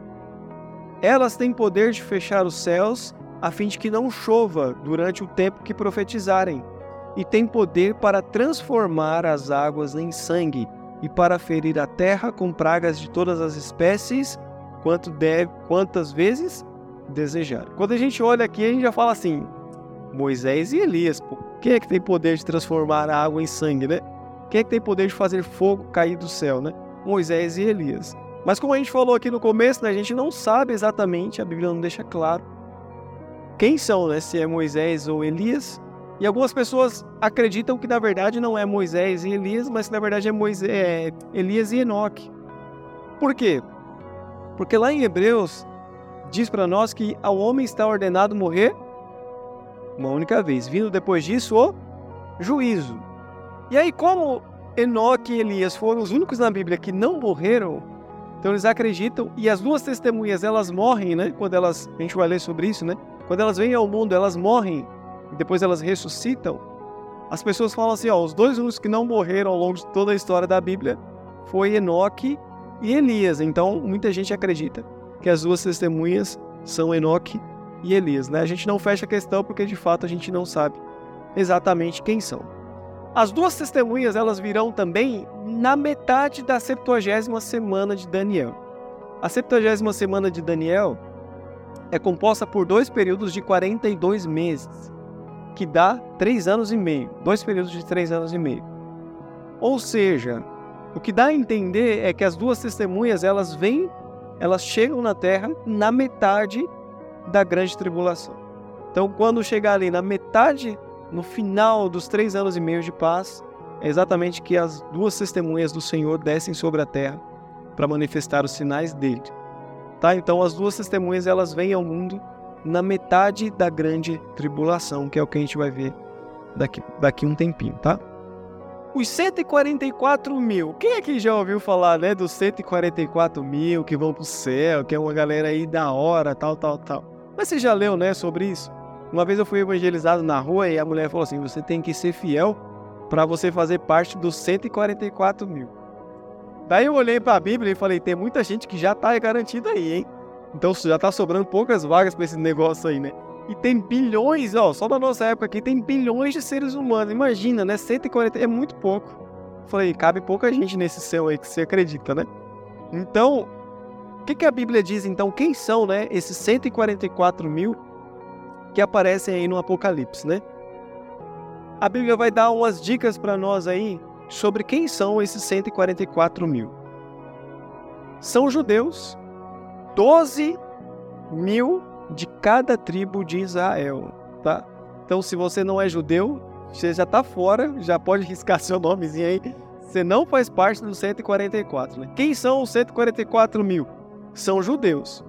Elas têm poder de fechar os céus, a fim de que não chova durante o tempo que profetizarem, e têm poder para transformar as águas em sangue, e para ferir a terra com pragas de todas as espécies, quanto deve, quantas vezes desejar. Quando a gente olha aqui, a gente já fala assim, Moisés e Elias, pô. Quem é que tem poder de transformar a água em sangue, né? Quem é que tem poder de fazer fogo cair do céu, né? Moisés e Elias. Mas como a gente falou aqui no começo, né, a gente não sabe exatamente, a Bíblia não deixa claro quem são, né? Se é Moisés ou Elias. E algumas pessoas acreditam que na verdade não é Moisés e Elias, mas que na verdade é, Moisés, é Elias e Enoque. Por quê? Porque lá em Hebreus diz para nós que ao homem está ordenado morrer uma única vez, vindo depois disso o juízo. E aí, como Enoque e Elias foram os únicos na Bíblia que não morreram, então eles acreditam, e as duas testemunhas, elas morrem, né? Quando elas, a gente vai ler sobre isso, né? Quando elas vêm ao mundo, elas morrem, e depois elas ressuscitam. As pessoas falam assim, ó, os dois únicos que não morreram ao longo de toda a história da Bíblia foi Enoque e Elias. Então, muita gente acredita que as duas testemunhas são Enoque e Elias, né? A gente não fecha a questão porque, de fato, a gente não sabe exatamente quem são. As duas testemunhas, elas virão também na metade da septuagésima semana de Daniel. A septuagésima semana de Daniel é composta por dois períodos de quarenta e dois meses, que dá três anos e meio. Dois períodos de três anos e meio. Ou seja, o que dá a entender é que as duas testemunhas, elas vêm, elas chegam na Terra na metade da grande tribulação. Então, quando chegar ali na metade, no final dos três anos e meio de paz, é exatamente que as duas testemunhas do Senhor descem sobre a terra para manifestar os sinais dele. Tá? Então, as duas testemunhas, elas vêm ao mundo na metade da grande tribulação, que é o que a gente vai ver daqui, daqui um tempinho, tá? Os cento e quarenta e quatro mil, quem aqui já ouviu falar, né, dos cento e quarenta e quatro mil que vão pro céu, que é uma galera aí da hora, tal, tal, tal. Mas você já leu, né, sobre isso? Uma vez eu fui evangelizado na rua e a mulher falou assim, você tem que ser fiel para você fazer parte dos cento e quarenta e quatro mil. Daí eu olhei para a Bíblia e falei, tem muita gente que já está garantida aí, hein? Então já está sobrando poucas vagas para esse negócio aí, né? E tem bilhões, ó, só na nossa época aqui tem bilhões de seres humanos. Imagina, né? cento e quarenta é muito pouco. Falei, cabe pouca gente nesse céu aí que você acredita, né? Então, o que, que a Bíblia diz então? Quem são, né, esses cento e quarenta e quatro mil que aparecem aí no Apocalipse, né? A Bíblia vai dar umas dicas para nós aí sobre quem são esses cento e quarenta e quatro mil. São judeus, doze mil de cada tribo de Israel, tá? Então, se você não é judeu, você já tá fora, já pode riscar seu nomezinho aí. Você não faz parte dos cento e quarenta e quatro, né? Quem são os cento e quarenta e quatro mil? São judeus.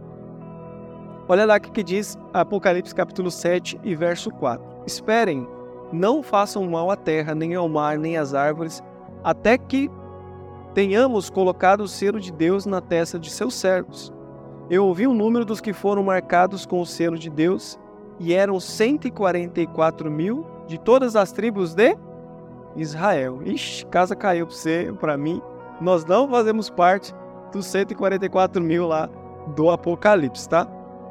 Olha lá o que diz Apocalipse capítulo sete e verso quatro. Esperem, não façam mal à terra, nem ao mar, nem às árvores, até que tenhamos colocado o selo de Deus na testa de seus servos. Eu ouvi o número dos que foram marcados com o selo de Deus, e eram cento e quarenta e quatro mil de todas as tribos de Israel. Ixi, casa caiu para você, para mim. Nós não fazemos parte dos cento e quarenta e quatro mil lá do Apocalipse, tá?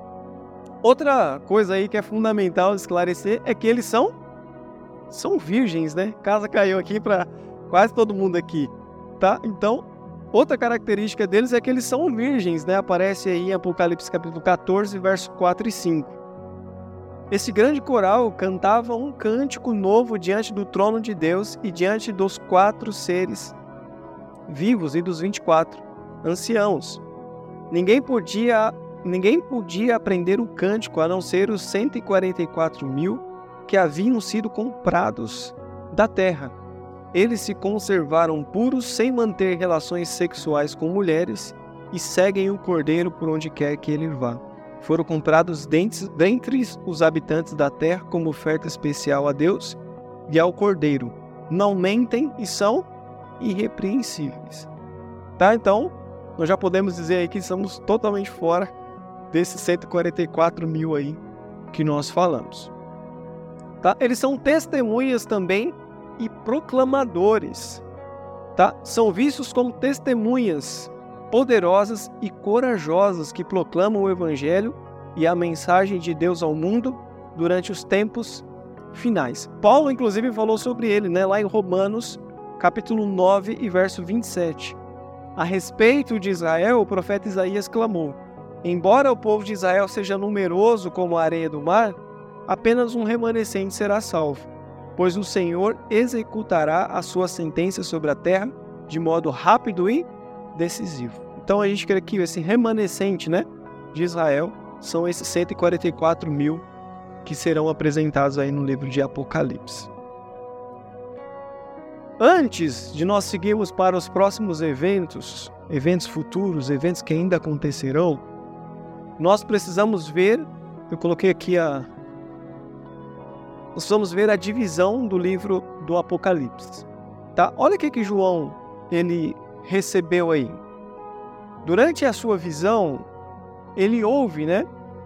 Outra coisa aí que é fundamental esclarecer é que eles são, são virgens, né? Casa caiu aqui para quase todo mundo aqui, tá? Então, outra característica deles é que eles são virgens, né? Aparece aí em Apocalipse capítulo quatorze, verso quatro e cinco. Esse grande coral cantava um cântico novo diante do trono de Deus e diante dos quatro seres vivos e dos vinte e quatro anciãos. Ninguém podia, ninguém podia aprender o cântico a não ser os cento e quarenta e quatro mil que haviam sido comprados da terra. Eles se conservaram puros sem manter relações sexuais com mulheres e seguem o Cordeiro por onde quer que ele vá. Foram comprados dentre os habitantes da terra como oferta especial a Deus e ao Cordeiro. Não mentem e são irrepreensíveis. Tá? Então, nós já podemos dizer aí que estamos totalmente fora desses cento e quarenta e quatro mil aí que nós falamos. Tá? Eles são testemunhas também e proclamadores. Tá? São vistos como testemunhas poderosas e corajosas que proclamam o Evangelho e a mensagem de Deus ao mundo durante os tempos finais. Paulo, inclusive, falou sobre ele, né, lá em Romanos, capítulo nove e verso vinte e sete. A respeito de Israel, o profeta Isaías clamou: embora o povo de Israel seja numeroso como a areia do mar, apenas um remanescente será salvo, pois o Senhor executará a sua sentença sobre a terra de modo rápido e decisivo. Então a gente crê que esse remanescente, né, de Israel são esses cento e quarenta e quatro mil que serão apresentados aí no livro de Apocalipse. Antes de nós seguirmos para os próximos eventos, eventos futuros, eventos que ainda acontecerão, nós precisamos ver, eu coloquei aqui a... Nós vamos ver a divisão do livro do Apocalipse. Tá? Olha o que que João ele recebeu aí. Durante a sua visão, ele ouve, né,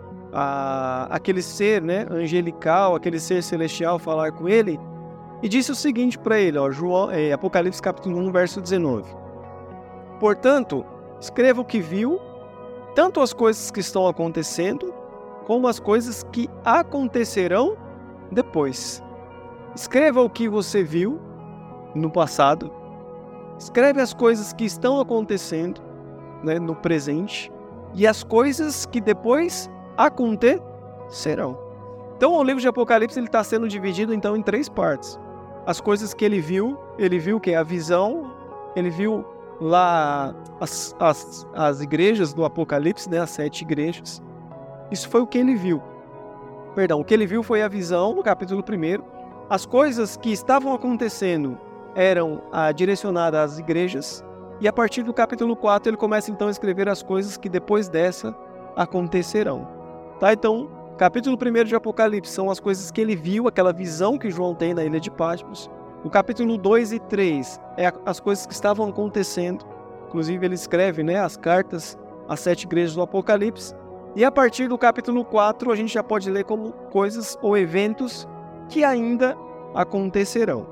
a, aquele ser, né, angelical, aquele ser celestial falar com ele, e disse o seguinte para ele, ó, João, é, Apocalipse capítulo um, verso dezenove. Portanto, escreva o que viu, tanto as coisas que estão acontecendo, como as coisas que acontecerão depois. Escreva o que você viu no passado, escreve as coisas que estão acontecendo, né, no presente, e as coisas que depois acontecerão. Então o livro de Apocalipse está sendo dividido então em três partes. As coisas que ele viu, ele viu que é a visão, ele viu lá as, as, as igrejas do Apocalipse, né, as sete igrejas. Isso foi o que ele viu. Perdão, o que ele viu foi a visão no capítulo primeiro. As coisas que estavam acontecendo eram ah, direcionadas às igrejas. E a partir do capítulo quatro ele começa então a escrever as coisas que depois dessa acontecerão. Tá? Então, capítulo primeiro de Apocalipse são as coisas que ele viu, aquela visão que João tem na ilha de Patmos. O capítulo dois e três é as coisas que estavam acontecendo. Inclusive ele escreve, né, as cartas às sete igrejas do Apocalipse. E a partir do capítulo quatro a gente já pode ler como coisas ou eventos que ainda acontecerão.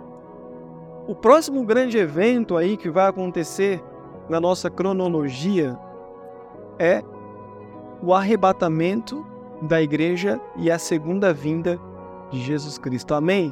O próximo grande evento aí que vai acontecer na nossa cronologia é o arrebatamento da igreja e a segunda vinda de Jesus Cristo. Amém?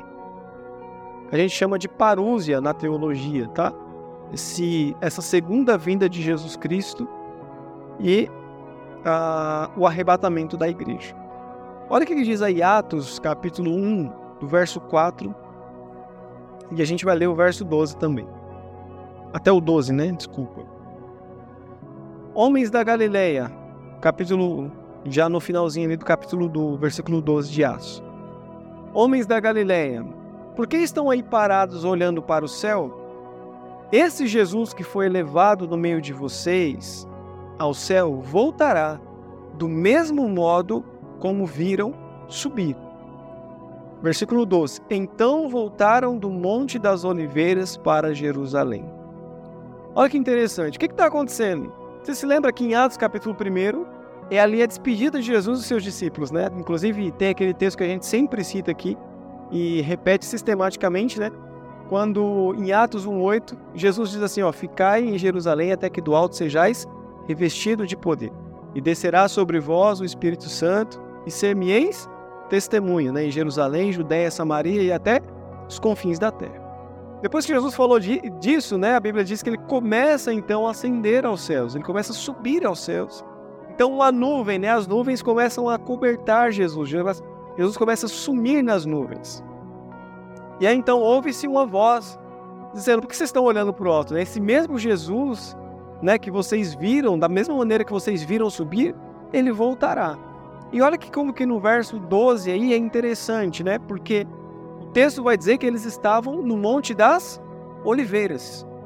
A gente chama de parúzia na teologia, tá? Esse, essa segunda vinda de Jesus Cristo e uh, o arrebatamento da igreja. Olha o que diz aí Atos, capítulo um, do verso quatro, e a gente vai ler o verso doze também. Até o doze, né? Desculpa. Homens da Galileia, capítulo, já no finalzinho ali do capítulo do versículo doze de Atos. Homens da Galileia, por que estão aí parados olhando para o céu? Esse Jesus que foi elevado no meio de vocês ao céu voltará do mesmo modo como viram subir. Versículo doze. Então voltaram do Monte das Oliveiras para Jerusalém. Olha que interessante. O que está acontecendo? Você se lembra que em Atos capítulo um é ali a despedida de Jesus dos seus discípulos, né? Inclusive tem aquele texto que a gente sempre cita aqui e repete sistematicamente, né? Quando em Atos um, oito, Jesus diz assim, ó, ficai em Jerusalém até que do alto sejais revestido de poder. E descerá sobre vós o Espírito Santo e ser-me-eis testemunha, né? Em Jerusalém, Judéia, Samaria e até os confins da terra. Depois que Jesus falou de, disso, né? A Bíblia diz que ele começa então a ascender aos céus, ele começa a subir aos céus. Então a nuvem, né? As nuvens começam a cobertar Jesus, Jesus começa a sumir nas nuvens. E aí então ouve-se uma voz dizendo, por que vocês estão olhando para o alto? Né? Esse mesmo Jesus, né, que vocês viram, da mesma maneira que vocês viram subir, ele voltará. E olha que como que no verso doze aí é interessante, né? Porque o texto vai dizer que eles estavam no Monte das Oliveiras.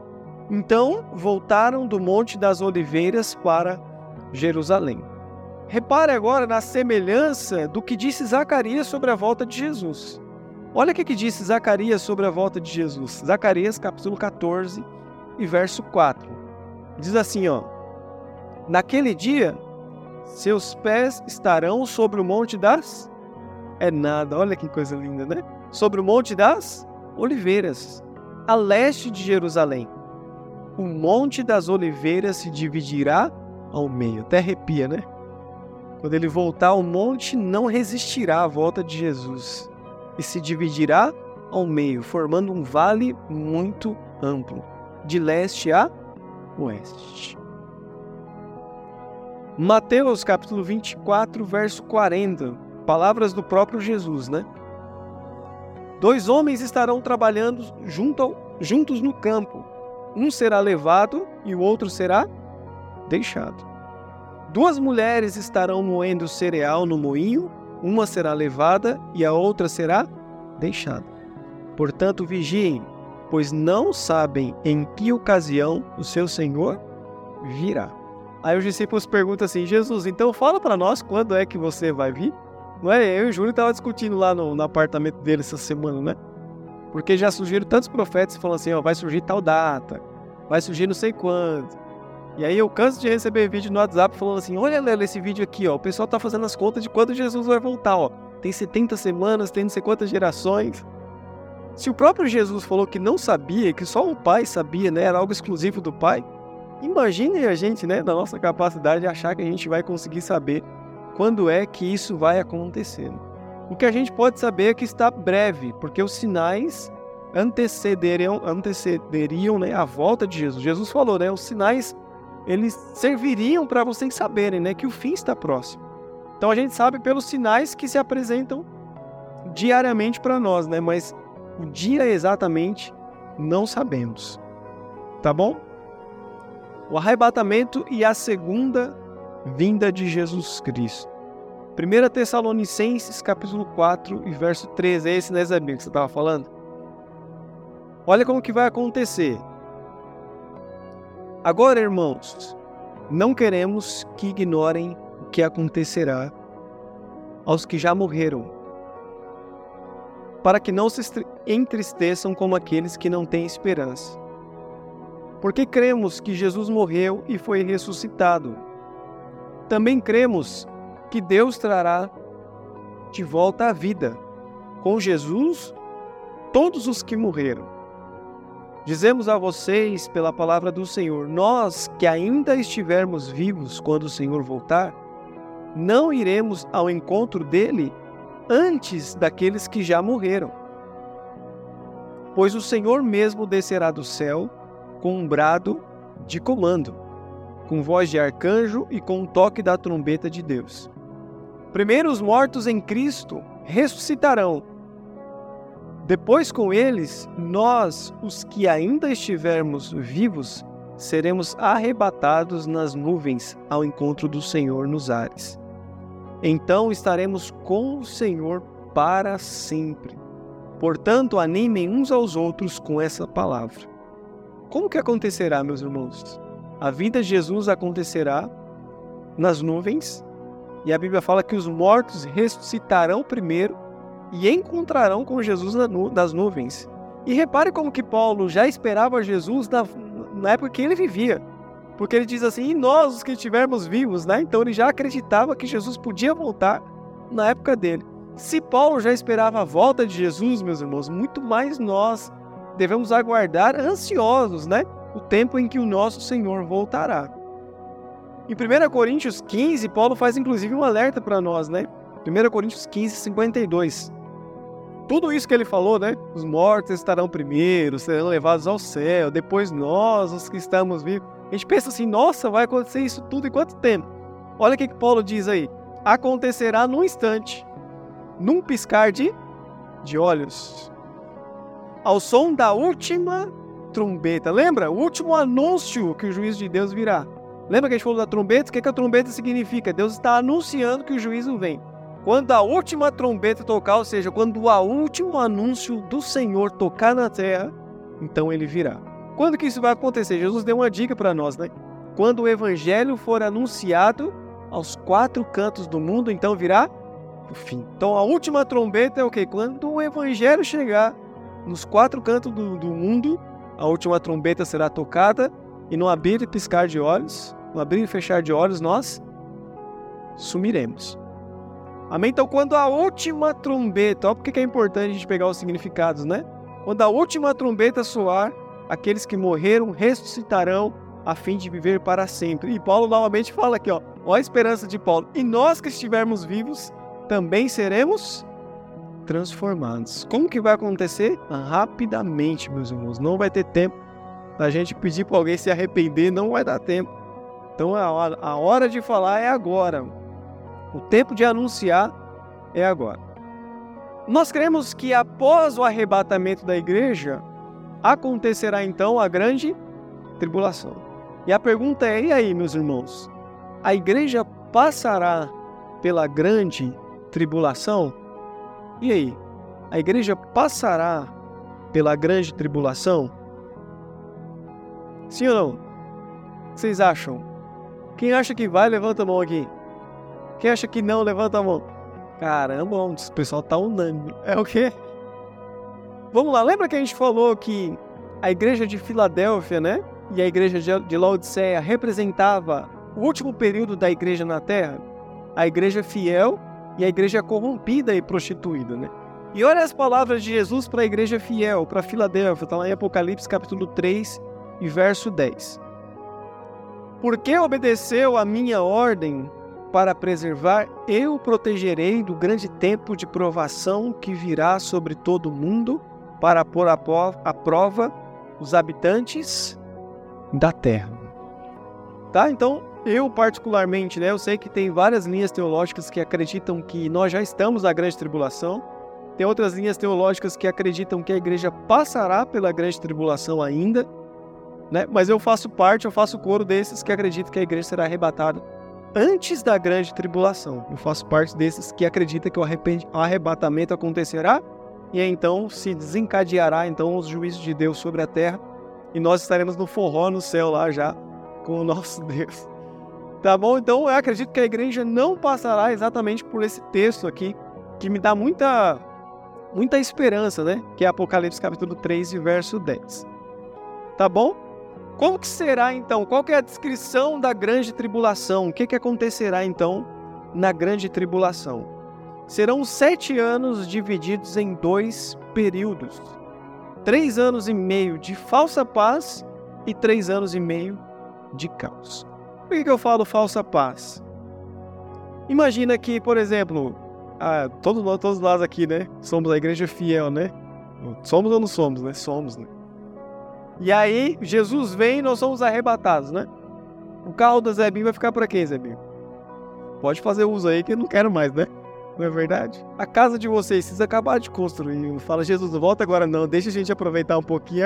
Então voltaram do Monte das Oliveiras para Jerusalém. Repare agora na semelhança do que disse Zacarias sobre a volta de Jesus. Olha o que, que disse Zacarias sobre a volta de Jesus. Zacarias capítulo quatorze e verso quatro. Diz assim, ó: naquele dia, seus pés estarão sobre o Monte das... É nada, olha que coisa linda, né? Sobre o Monte das Oliveiras, a leste de Jerusalém. O Monte das Oliveiras se dividirá ao meio. Até arrepia, né? Quando ele voltar, o monte não resistirá à volta de Jesus e se dividirá ao meio, formando um vale muito amplo, de leste a oeste. Mateus capítulo vinte e quatro, verso quarenta, palavras do próprio Jesus, né? Dois homens estarão trabalhando junto ao, juntos no campo. Um será levado e o outro será deixado. Duas mulheres estarão moendo cereal no moinho, uma será levada e a outra será deixada. Portanto, vigiem, pois não sabem em que ocasião o seu Senhor virá. Aí os discípulos perguntam assim: Jesus, então fala para nós quando é que você vai vir? Não é? Eu e o Júlio estavam discutindo lá no, no apartamento dele essa semana, né? Porque já surgiram tantos profetas falando assim, ó, vai surgir tal data, vai surgir não sei quando. E aí eu canso de receber vídeo no WhatsApp falando assim, olha, Léo, esse vídeo aqui, ó, o pessoal tá fazendo as contas de quando Jesus vai voltar, ó. Tem setenta semanas, tem não sei quantas gerações. Se o próprio Jesus falou que não sabia, que só o Pai sabia, né, era algo exclusivo do Pai, imagine a gente, né, da nossa capacidade de achar que a gente vai conseguir saber quando é que isso vai acontecer. O que a gente pode saber é que está breve, porque os sinais antecederiam, antecederiam né, a volta de Jesus. Jesus falou, né, os sinais eles serviriam para vocês saberem, né, que o fim está próximo. Então a gente sabe pelos sinais que se apresentam diariamente para nós, né, mas o dia exatamente não sabemos. Tá bom? O arrebatamento e a segunda vinda de Jesus Cristo. primeira Tessalonicenses, capítulo quatro e verso treze. É esse, né, Zé Bíblia, que você estava falando? Olha como que vai acontecer. Agora, irmãos, não queremos que ignorem o que acontecerá aos que já morreram, para que não se entristeçam como aqueles que não têm esperança. Porque cremos que Jesus morreu e foi ressuscitado. Também cremos que Deus trará de volta à vida, com Jesus, todos os que morreram. Dizemos a vocês, pela palavra do Senhor, nós que ainda estivermos vivos quando o Senhor voltar, não iremos ao encontro dele antes daqueles que já morreram. Pois o Senhor mesmo descerá do céu com um brado de comando, com voz de arcanjo e com um toque da trombeta de Deus. Primeiro os mortos em Cristo ressuscitarão. Depois com eles, nós, os que ainda estivermos vivos, seremos arrebatados nas nuvens ao encontro do Senhor nos ares. Então estaremos com o Senhor para sempre. Portanto, animem uns aos outros com essa palavra. Como que acontecerá, meus irmãos? A vinda de Jesus acontecerá nas nuvens, e a Bíblia fala que os mortos ressuscitarão primeiro e encontrarão com Jesus nas nuvens. E repare como que Paulo já esperava Jesus na, na época que ele vivia. Porque ele diz assim, e nós os que estivermos vivos, né? Então ele já acreditava que Jesus podia voltar na época dele. Se Paulo já esperava a volta de Jesus, meus irmãos, muito mais nós devemos aguardar ansiosos, né? O tempo em que o nosso Senhor voltará. Em primeira Coríntios quinze, Paulo faz inclusive um alerta para nós, né? primeira Coríntios quinze, cinquenta e dois. Tudo isso que ele falou, né? Os mortos estarão primeiro, serão levados ao céu, depois nós, os que estamos vivos. A gente pensa assim, nossa, vai acontecer isso tudo em quanto tempo? Olha o que, que Paulo diz aí. Acontecerá num instante, num piscar de, de olhos, ao som da última trombeta. Lembra? O último anúncio que o juízo de Deus virá. Lembra que a gente falou da trombeta? O que, que a trombeta significa? Deus está anunciando que o juízo vem. Quando a última trombeta tocar, ou seja, quando o último anúncio do Senhor tocar na terra, então ele virá. quando que isso vai acontecer? Jesus deu uma dica para nós, né? Quando o evangelho for anunciado aos quatro cantos do mundo, então virá o fim. Então a última trombeta é o quê? Quando o evangelho chegar nos quatro cantos do, do mundo, a última trombeta será tocada e no abrir e piscar de olhos, no abrir e fechar de olhos, nós sumiremos. Amém? Então quando a última trombeta, olha porque é importante a gente pegar os significados, né? Quando a última trombeta soar, aqueles que morreram ressuscitarão a fim de viver para sempre. E Paulo novamente fala aqui, ó, ó a esperança de Paulo. E nós que estivermos vivos, também seremos transformados. Como que vai acontecer? Rapidamente, meus irmãos. Não vai ter tempo da gente pedir para alguém se arrepender, não vai dar tempo. Então a hora, a hora de falar é agora. O tempo de anunciar é agora. Nós cremos que após o arrebatamento da igreja, acontecerá então a grande tribulação. E a pergunta é, e aí, meus irmãos? A igreja passará pela grande tribulação? E aí? A igreja passará pela grande tribulação? Sim ou não? O que vocês acham? Quem acha que vai, levanta a mão aqui. Quem acha que não, levanta a mão. Caramba, o pessoal tá unânime. É o quê? Vamos lá, lembra que a gente falou que a igreja de Filadélfia, né? E a igreja de Laodiceia representava o último período da igreja na Terra? A igreja fiel e a igreja corrompida e prostituída, né? E olha as palavras de Jesus para a igreja fiel, para Filadélfia, está lá em Apocalipse capítulo três e verso dez. Porque obedeceu a minha ordem para preservar, eu o protegerei do grande tempo de provação que virá sobre todo o mundo, para pôr à prova os habitantes da terra. Tá? Então, eu particularmente, né, eu sei que tem várias linhas teológicas que acreditam que nós já estamos na grande tribulação. Tem outras linhas teológicas que acreditam que a igreja passará pela grande tribulação ainda, né? Mas eu faço parte, eu faço coro desses que acreditam que a igreja será arrebatada antes da grande tribulação. Eu faço parte desses que acreditam que o arrebatamento acontecerá e então se desencadeará então os juízos de Deus sobre a terra e nós estaremos no forró no céu lá já com o nosso Deus. Tá bom? Então eu acredito que a igreja não passará exatamente por esse texto aqui, que me dá muita, muita esperança, né? Que é Apocalipse capítulo três e verso dez. Tá bom? Como que será então? Qual que é a descrição da grande tribulação? O que que acontecerá então na grande tribulação? Serão sete anos divididos em dois períodos. Três anos e meio de falsa paz e três anos e meio de caos. Por que que eu falo falsa paz? Imagina que, por exemplo, ah, todos, nós, todos nós aqui, né? Somos a igreja fiel, né? Somos ou não somos, né? Somos, né? E aí, Jesus vem e nós somos arrebatados, né? O carro da Zebinho vai ficar para quem, Zebinho? Pode fazer uso aí que eu não quero mais, né? Não é verdade? A casa de vocês, vocês acabaram de construir. Fala, Jesus, não volta agora não, deixa a gente aproveitar um pouquinho.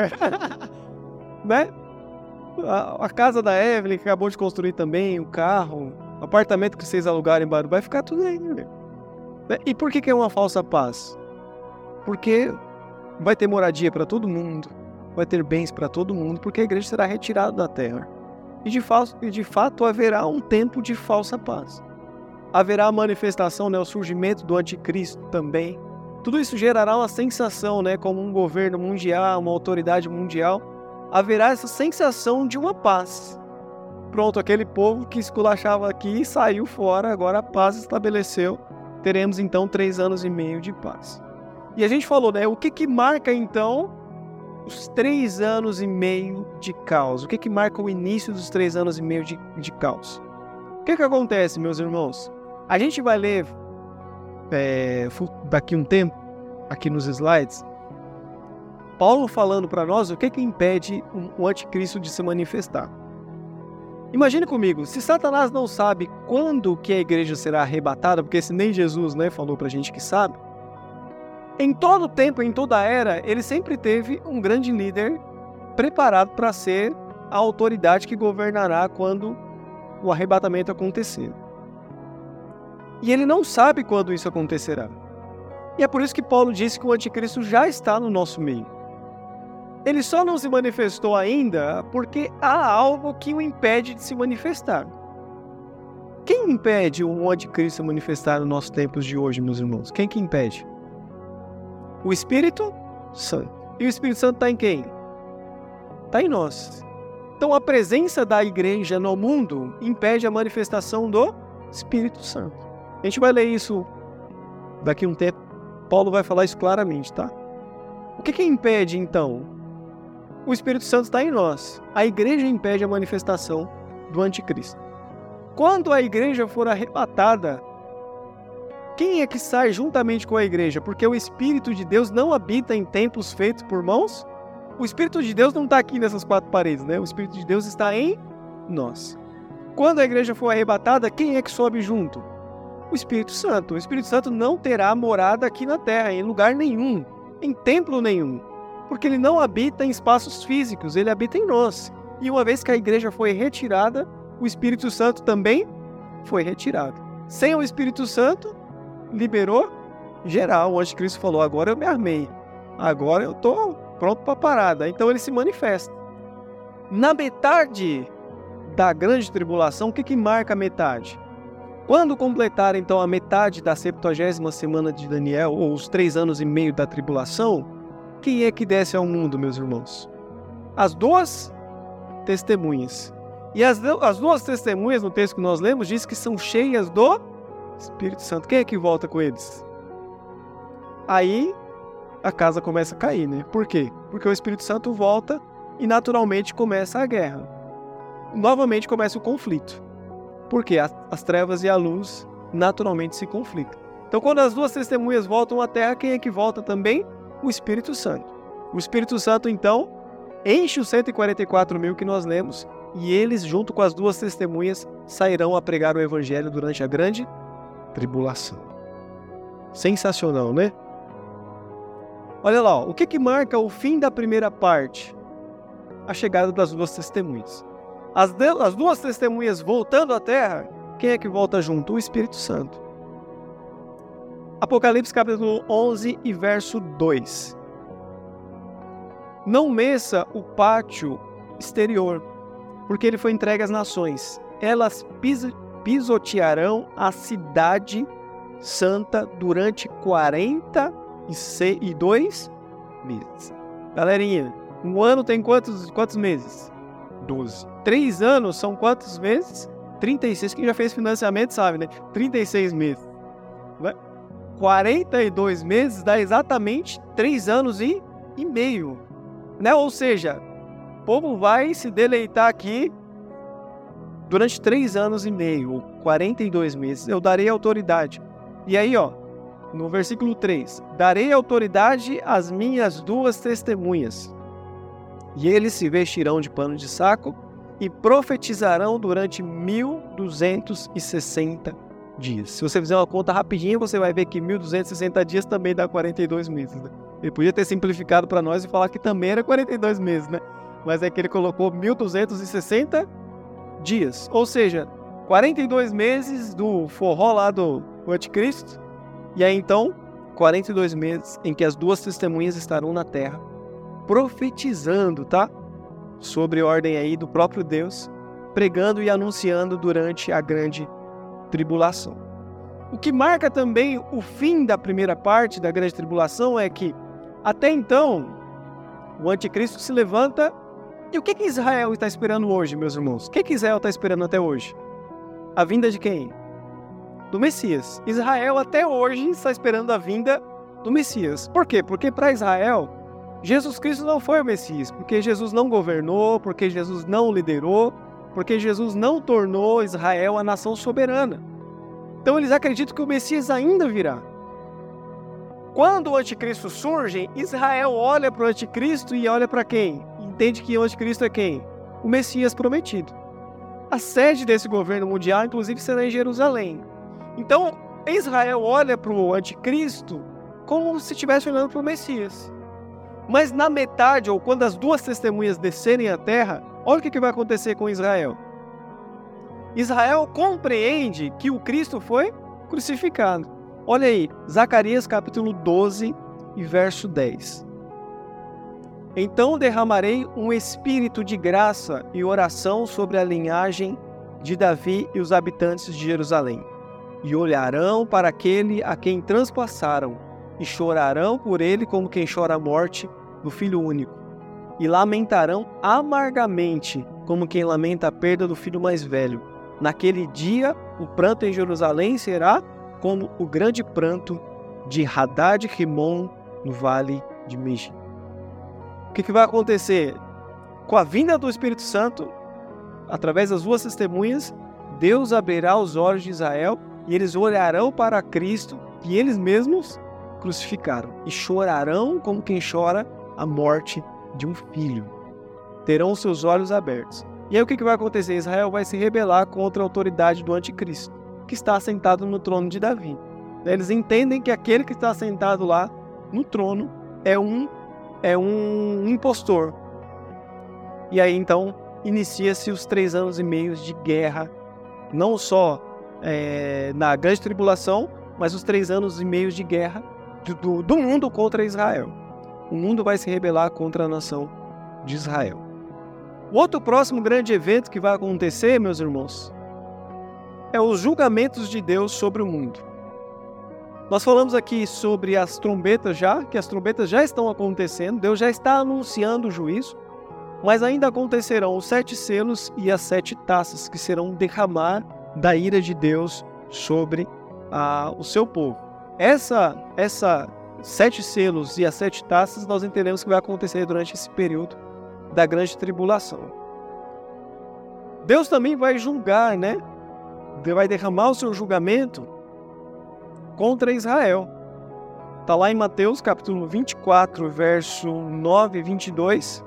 Né? A, a casa da Evelyn, que acabou de construir também, o carro, o apartamento que vocês alugaram em Baru, vai ficar tudo aí, né? E por que que é uma falsa paz? Porque vai ter moradia para todo mundo, vai ter bens para todo mundo, porque a igreja será retirada da terra. E de, fato, e de fato haverá um tempo de falsa paz. Haverá a manifestação, né, o surgimento do anticristo também. Tudo isso gerará uma sensação, né, como um governo mundial, uma autoridade mundial. Haverá essa sensação de uma paz. Pronto, aquele povo que esculachava aqui saiu fora, agora a paz estabeleceu. Teremos então três anos e meio de paz. E a gente falou, né, o que que marca então os três anos e meio de caos? O que que marca o início dos três anos e meio de, de caos? O que que acontece, meus irmãos? A gente vai ler é, daqui um tempo, aqui nos slides, Paulo falando para nós o que que impede o anticristo de se manifestar. Imagine comigo, se Satanás não sabe quando que a igreja será arrebatada, porque se nem Jesus, né, falou para a gente que sabe, em todo tempo, em toda era, ele sempre teve um grande líder preparado para ser a autoridade que governará quando o arrebatamento acontecer. E ele não sabe quando isso acontecerá. E é por isso que Paulo disse que o anticristo já está no nosso meio. Ele só não se manifestou ainda porque há algo que o impede de se manifestar. Quem impede o anticristo se manifestar nos nossos tempos de hoje, meus irmãos? Quem que impede? O Espírito Santo. E o Espírito Santo está em quem? Está em nós. Então a presença da igreja no mundo impede a manifestação do Espírito Santo. A gente vai ler isso daqui a um tempo. Paulo vai falar isso claramente, tá? O que que impede, então? O Espírito Santo está em nós. A igreja impede a manifestação do anticristo. Quando a igreja for arrebatada, quem é que sai juntamente com a igreja? Porque o Espírito de Deus não habita em templos feitos por mãos. O Espírito de Deus não está aqui nessas quatro paredes, né? O Espírito de Deus está em nós. Quando a igreja for arrebatada, quem é que sobe junto? O Espírito Santo. O Espírito Santo não terá morada aqui na terra, em lugar nenhum, em templo nenhum, porque ele não habita em espaços físicos, ele habita em nós. E uma vez que a igreja foi retirada, o Espírito Santo também foi retirado. Sem o Espírito Santo, liberou geral. O anticristo falou, agora eu me armei, agora eu estou pronto para a parada. Então ele se manifesta. Na metade da grande tribulação, o que, que marca a metade? Quando completar então a metade da septuagésima semana de Daniel, ou os três anos e meio da tribulação, quem é que desce ao mundo, meus irmãos? As duas testemunhas. E as, as duas testemunhas, no texto que nós lemos, diz que são cheias do Espírito Santo. Quem é que volta com eles? Aí a casa começa a cair, né? Por quê? Porque o Espírito Santo volta e naturalmente começa a guerra. Novamente começa o conflito. Porque as, as trevas e a luz naturalmente se conflitam. Então quando as duas testemunhas voltam à terra, quem é que volta também? O Espírito Santo. O Espírito Santo, então, enche os cento e quarenta e quatro mil que nós lemos, e eles, junto com as duas testemunhas, sairão a pregar o Evangelho durante a grande tribulação. Sensacional, né? Olha lá, ó, o que que marca o fim da primeira parte? A chegada das duas testemunhas. As, de, as duas testemunhas voltando à terra, quem é que volta junto? O Espírito Santo. Apocalipse capítulo onze e verso dois. Não meça o pátio exterior, porque ele foi entregue às nações. Elas pis, pisotearão a cidade santa durante quarenta e dois meses. Galerinha, um ano tem quantos, quantos meses? doze. Três anos são quantos meses? trinta e seis. Quem já fez financiamento sabe, né? trinta e seis meses. quarenta e dois meses dá exatamente três anos e, e meio. Né? Ou seja, o povo vai se deleitar aqui durante três anos e meio, ou quarenta e dois meses. Eu darei autoridade. E aí, ó, no versículo três. Darei autoridade às minhas duas testemunhas. E eles se vestirão de pano de saco e profetizarão durante mil duzentos e sessenta dias. Se você fizer uma conta rapidinho, você vai ver que mil duzentos e sessenta dias também dá quarenta e dois meses. Né? Ele podia ter simplificado para nós e falar que também era quarenta e dois meses, né? Mas é que ele colocou mil duzentos e sessenta dias. Ou seja, quarenta e dois meses do forró lá do anticristo. E aí então, quarenta e dois meses em que as duas testemunhas estarão na terra, profetizando, tá? Sobre ordem aí do próprio Deus, pregando e anunciando durante a grande tribulação. O que marca também o fim da primeira parte da grande tribulação é que, até então, o anticristo se levanta. E o que que Israel está esperando hoje, meus irmãos? O que que Israel está esperando até hoje? A vinda de quem? Do Messias. Israel até hoje está esperando a vinda do Messias. Por quê? Porque para Israel, Jesus Cristo não foi o Messias, porque Jesus não governou, porque Jesus não liderou, porque Jesus não tornou Israel a nação soberana. Então eles acreditam que o Messias ainda virá. Quando o anticristo surge, Israel olha para o anticristo e olha para quem? Entende que o anticristo é quem? O Messias prometido. A sede desse governo mundial, inclusive, será em Jerusalém. Então, Israel olha para o anticristo como se estivesse olhando para o Messias. Mas na metade, ou quando as duas testemunhas descerem à terra, olha o que vai acontecer com Israel. Israel compreende que o Cristo foi crucificado. Olha aí, Zacarias capítulo doze e verso dez. Então derramarei um espírito de graça e oração sobre a linhagem de Davi e os habitantes de Jerusalém. E olharão para aquele a quem transpassaram, e chorarão por ele como quem chora a morte do filho único. E lamentarão amargamente, como quem lamenta a perda do filho mais velho. Naquele dia, o pranto em Jerusalém será como o grande pranto de Hadad-Rimon no vale de Migim. O que, que vai acontecer? Com a vinda do Espírito Santo, através das duas testemunhas, Deus abrirá os olhos de Israel e eles olharão para Cristo que eles mesmos crucificaram e chorarão como quem chora a morte de um filho. Terão seus olhos abertos. E aí o que, que vai acontecer? Israel vai se rebelar contra a autoridade do anticristo, que está sentado no trono de Davi. Eles entendem que aquele que está sentado lá no trono é um, é um impostor. E aí então inicia-se os três anos e meio de guerra, não só é, na grande tribulação, mas os três anos e meio de guerra do, do mundo contra Israel. O mundo vai se rebelar contra a nação de Israel. O outro próximo grande evento que vai acontecer, meus irmãos, é os julgamentos de Deus sobre o mundo. Nós falamos aqui sobre as trombetas já, que as trombetas já estão acontecendo, Deus já está anunciando o juízo, mas ainda acontecerão os sete selos e as sete taças, que serão derramar da ira de Deus sobre ah, o seu povo. Essa, essa sete selos e as sete taças nós entendemos que vai acontecer durante esse período da grande tribulação. Deus também vai julgar, né? Deus vai derramar o seu julgamento contra Israel. Está lá em Mateus capítulo vinte e quatro, verso nove e vinte e dois.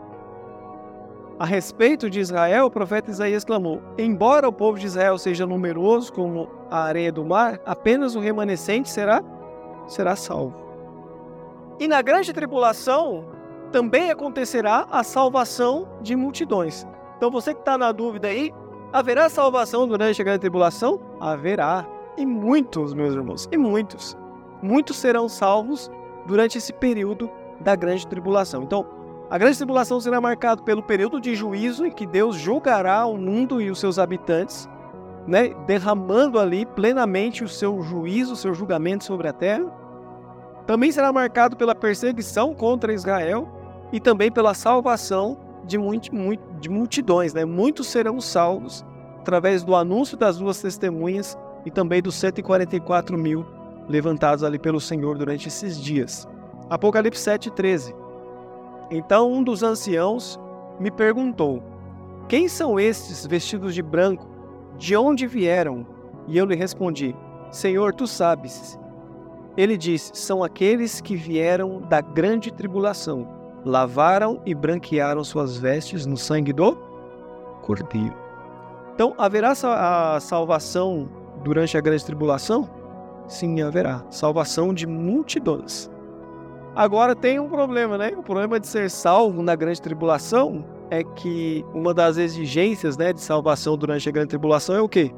A respeito de Israel, o profeta Isaías clamou: embora o povo de Israel seja numeroso como a areia do mar, apenas o remanescente será, será salvo. E na grande tribulação também acontecerá a salvação de multidões. Então você que está na dúvida aí, haverá salvação durante a grande tribulação? Haverá. E muitos, meus irmãos, e muitos. Muitos serão salvos durante esse período da grande tribulação. Então, a grande tribulação será marcada pelo período de juízo em que Deus julgará o mundo e os seus habitantes, né, derramando ali plenamente o seu juízo, o seu julgamento sobre a terra. Também será marcado pela perseguição contra Israel e também pela salvação de, muito, muito, de multidões. Né? Muitos serão salvos através do anúncio das duas testemunhas e também dos cento e quarenta e quatro mil levantados ali pelo Senhor durante esses dias. Apocalipse sete, treze. Então um dos anciãos me perguntou: quem são estes vestidos de branco? De onde vieram? E eu lhe respondi: Senhor, tu sabes. Ele disse: são aqueles que vieram da grande tribulação, lavaram e branquearam suas vestes no sangue do Cordeiro. Então, haverá a salvação durante a grande tribulação? Sim, haverá. Salvação de multidões. Agora tem um problema, né? O problema de ser salvo na grande tribulação é que uma das exigências, né, de salvação durante a grande tribulação é o quê?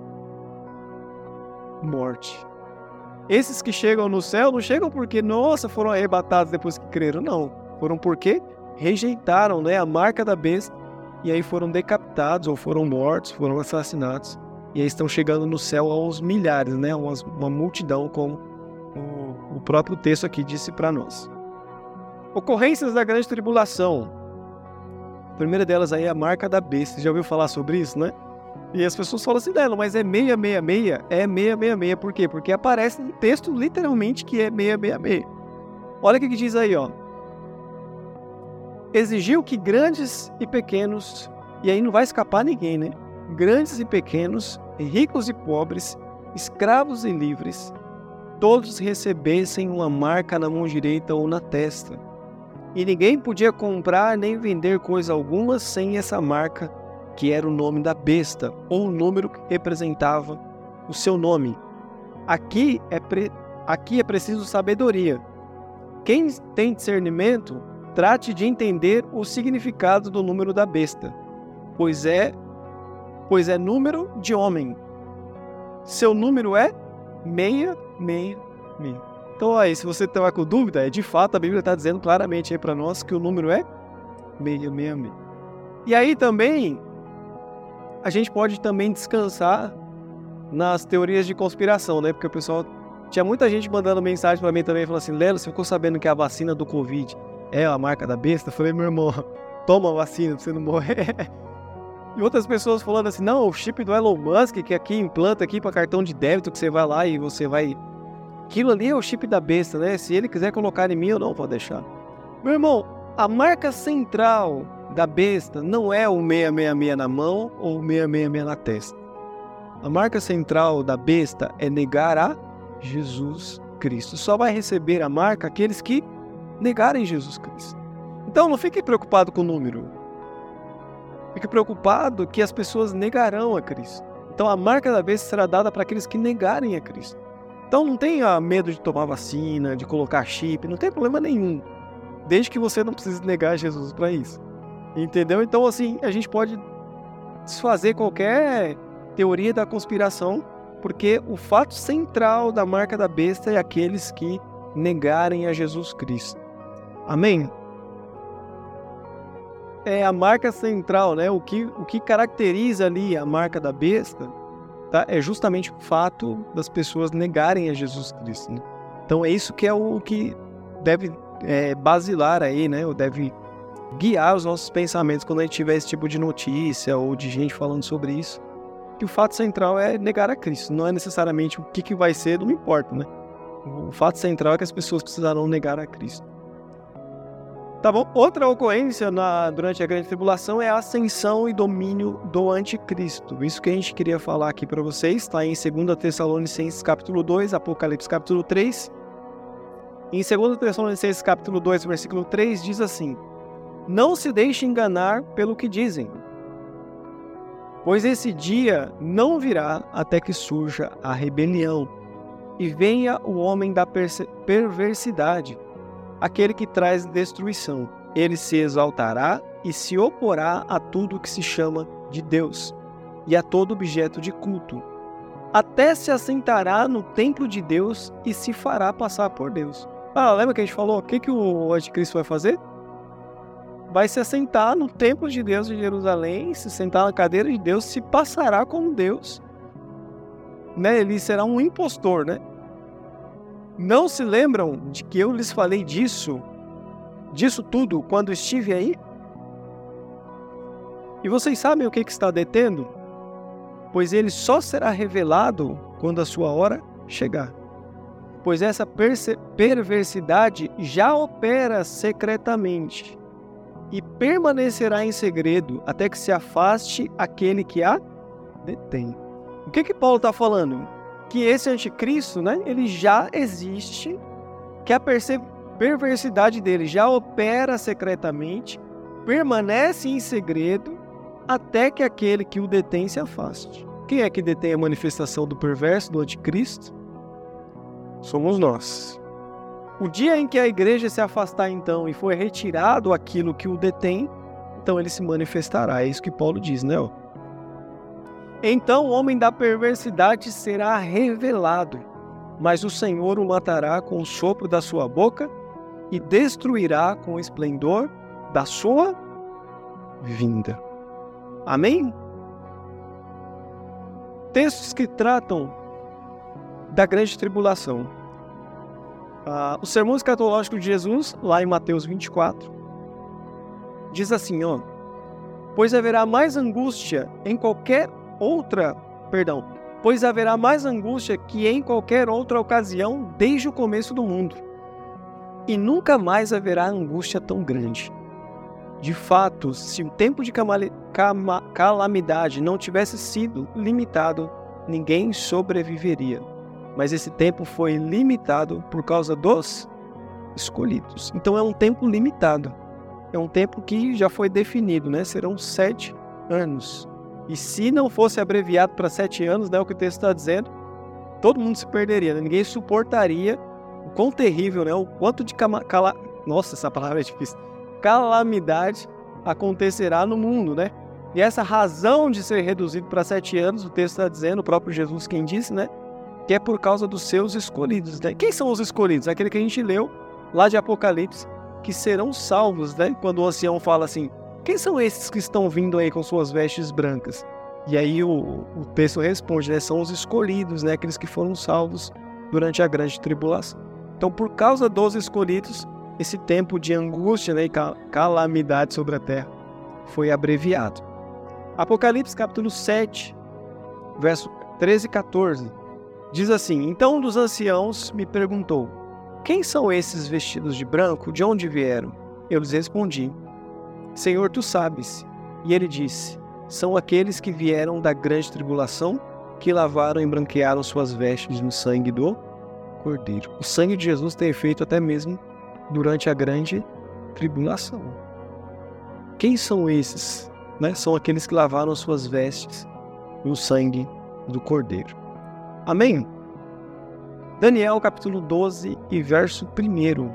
Morte. Esses que chegam no céu não chegam porque, nossa, foram arrebatados depois que creram, não. Foram porque rejeitaram, né, a marca da besta e aí foram decapitados ou foram mortos, foram assassinados. E aí estão chegando no céu aos milhares, né, uma, uma multidão, como o, o próprio texto aqui disse para nós. Ocorrências da grande tribulação. A primeira delas aí é a marca da besta. Você já ouviu falar sobre isso, né? E as pessoas falam assim, não, mas é seiscentos e sessenta e seis? É seiscentos e sessenta e seis, por quê? Porque aparece no texto literalmente que é seiscentos e sessenta e seis. Olha o que diz aí, ó. Exigiu que grandes e pequenos, e aí não vai escapar ninguém, né? Grandes e pequenos, ricos e pobres, escravos e livres, todos recebessem uma marca na mão direita ou na testa. E ninguém podia comprar nem vender coisa alguma sem essa marca, que era o nome da besta, ou o número que representava o seu nome. Aqui é, pre... Aqui é preciso sabedoria. Quem tem discernimento, trate de entender o significado do número da besta, pois é, pois é número de homem. Seu número é seiscentos e sessenta e seis. Então aí, se você estava com dúvida, é de fato a Bíblia está dizendo claramente aí para nós que o número é seiscentos e sessenta e seis. E aí também, a gente pode também descansar nas teorias de conspiração, né? Porque o pessoal, tinha muita gente mandando mensagem para mim também, falando assim, Lelo, você ficou sabendo que a vacina do Covid é a marca da besta? Eu falei, meu irmão, toma a vacina pra você não morrer. E outras pessoas falando assim, não, o chip do Elon Musk, que aqui implanta aqui para cartão de débito, que você vai lá e você vai... Aquilo ali é o chip da besta, né? Se ele quiser colocar em mim, eu não vou deixar. Meu irmão, a marca central da besta não é o seiscentos e sessenta e seis na mão ou o seiscentos e sessenta e seis na testa. A marca central da besta é negar a Jesus Cristo. Só vai receber a marca aqueles que negarem Jesus Cristo. Então não fique preocupado com o número. Fique preocupado que as pessoas negarão a Cristo. Então a marca da besta será dada para aqueles que negarem a Cristo. Então não tenha medo de tomar vacina, de colocar chip, não tem problema nenhum. Desde que você não precise negar Jesus para isso. Entendeu? Então assim, a gente pode desfazer qualquer teoria da conspiração, porque o fato central da marca da besta é aqueles que negarem a Jesus Cristo. Amém? É a marca central, né? O que, o que caracteriza ali a marca da besta, tá? É justamente o fato das pessoas negarem a Jesus Cristo, né? Então é isso que é o que deve é, basilar aí, né? Ou deve guiar os nossos pensamentos quando a gente tiver esse tipo de notícia ou de gente falando sobre isso. Que o fato central é negar a Cristo, não é necessariamente o que, que vai ser, não importa, né? O fato central é que as pessoas precisarão negar a Cristo. Tá bom? Outra ocorrência na, durante a grande tribulação é a ascensão e domínio do anticristo. Isso que a gente queria falar aqui para vocês, está em segunda Tessalonicenses capítulo dois, Apocalipse capítulo três. Em segunda Tessalonicenses capítulo dois, versículo três, diz assim: não se deixe enganar pelo que dizem, pois esse dia não virá até que surja a rebelião e venha o homem da perversidade, aquele que traz destruição. Ele se exaltará e se oporá a tudo que se chama de Deus e a todo objeto de culto. Até se assentará no templo de Deus e se fará passar por Deus. Ah, lembra que a gente falou? O que, que o anticristo vai fazer? Vai se assentar no templo de Deus de Jerusalém, se sentar na cadeira de Deus, se passará como Deus. Né? Ele será um impostor, né? Não se lembram de que eu lhes falei disso, disso tudo, quando estive aí? E vocês sabem o que, que está detendo? Pois ele só será revelado quando a sua hora chegar. Pois essa perversidade já opera secretamente e permanecerá em segredo até que se afaste aquele que a detém. O que que Paulo está falando? Que esse anticristo, né, ele já existe, que a perversidade dele já opera secretamente, permanece em segredo, até que aquele que o detém se afaste. Quem é que detém a manifestação do perverso, do anticristo? Somos nós. O dia em que a igreja se afastar então e for retirado aquilo que o detém, então ele se manifestará. É isso que Paulo diz, né? Então o homem da perversidade será revelado, mas o Senhor o matará com o sopro da sua boca e destruirá com o esplendor da sua vinda. Amém? Textos que tratam da grande tribulação. Ah, o sermão escatológico de Jesus, lá em Mateus vinte e quatro, diz assim, ó: pois haverá mais angústia em qualquer outra, perdão, pois haverá mais angústia que em qualquer outra ocasião desde o começo do mundo, e nunca mais haverá angústia tão grande. De fato, se o tempo de calamidade não tivesse sido limitado, ninguém sobreviveria. Mas esse tempo foi limitado por causa dos escolhidos. Então é um tempo limitado. É um tempo que já foi definido, né? Serão sete anos. E se não fosse abreviado para sete anos, né, o que o texto está dizendo, todo mundo se perderia, né? Ninguém suportaria o quão terrível, né? O quanto de cala... Cala... Nossa, essa palavra é difícil. Calamidade acontecerá no mundo, né? E essa razão de ser reduzido para sete anos, o texto está dizendo, o próprio Jesus quem disse, né? que é por causa dos seus escolhidos, né? Quem são os escolhidos? Aquele que a gente leu lá de Apocalipse, que serão salvos, né? Quando o ancião fala assim, quem são esses que estão vindo aí com suas vestes brancas? E aí o, o texto responde, né? São os escolhidos, né? Aqueles que foram salvos durante a grande tribulação. Então, por causa dos escolhidos, esse tempo de angústia, né, e calamidade sobre a terra foi abreviado. Apocalipse capítulo sete, verso treze e quatorze, diz assim, então um dos anciãos me perguntou, quem são esses vestidos de branco? De onde vieram? Eu lhes respondi, Senhor, tu sabes. E ele disse, são aqueles que vieram da grande tribulação, que lavaram e branquearam suas vestes no sangue do Cordeiro. O sangue de Jesus tem efeito até mesmo durante a grande tribulação. Quem são esses? Né? São aqueles que lavaram suas vestes no sangue do Cordeiro. Amém? Daniel capítulo doze e verso primeiro.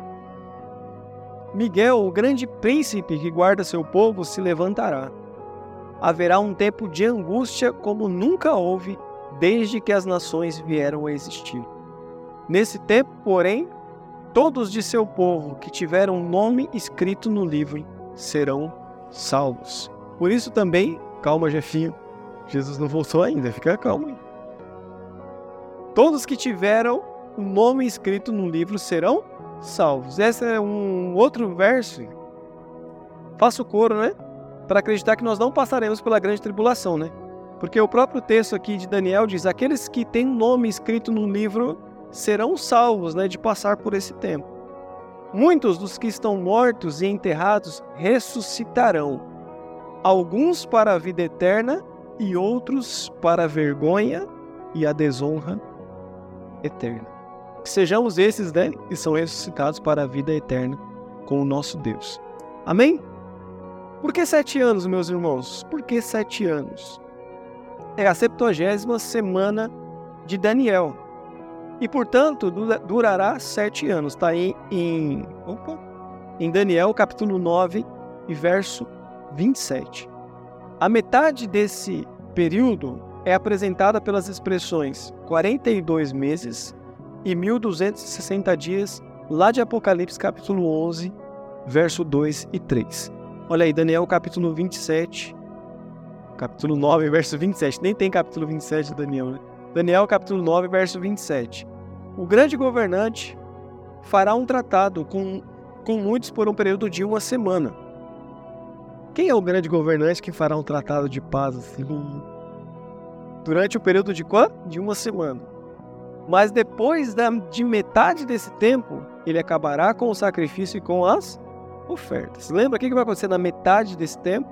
Miguel, o grande príncipe que guarda seu povo, se levantará. Haverá um tempo de angústia como nunca houve desde que as nações vieram a existir. Nesse tempo, porém, todos de seu povo que tiveram um nome escrito no livro serão salvos. Por isso também, calma, Jefinho, Jesus não voltou ainda, fica calmo aí. Todos que tiveram um nome escrito no livro serão salvos. Esse é um outro verso. Faça o coro, né? Para acreditar que nós não passaremos pela grande tribulação, né? Porque o próprio texto aqui de Daniel diz, aqueles que têm um nome escrito no livro serão salvos, né, de passar por esse tempo. Muitos dos que estão mortos e enterrados ressuscitarão, alguns para a vida eterna e outros para a vergonha e a desonra eterna. Que sejamos esses, né, que são ressuscitados para a vida eterna com o nosso Deus. Amém? Por que sete anos, meus irmãos? Por que sete anos? É a septuagésima semana de Daniel. E, portanto, durará sete anos. Está aí em, opa, em Daniel, capítulo nove, e verso vinte e sete. A metade desse período é apresentada pelas expressões quarenta e dois meses e mil duzentos e sessenta dias, lá de Apocalipse, capítulo onze, verso dois e três. Olha aí, Daniel, capítulo vinte e sete, capítulo nove, verso vinte e sete. Nem tem capítulo vinte e sete de Daniel, né? Daniel, capítulo nove, verso vinte e sete. O grande governante fará um tratado com, com muitos por um período de uma semana. Quem é o grande governante que fará um tratado de paz assim? Durante o período de quanto? De uma semana. Mas depois da, de metade desse tempo, ele acabará com o sacrifício e com as ofertas. Lembra o que vai acontecer na metade desse tempo?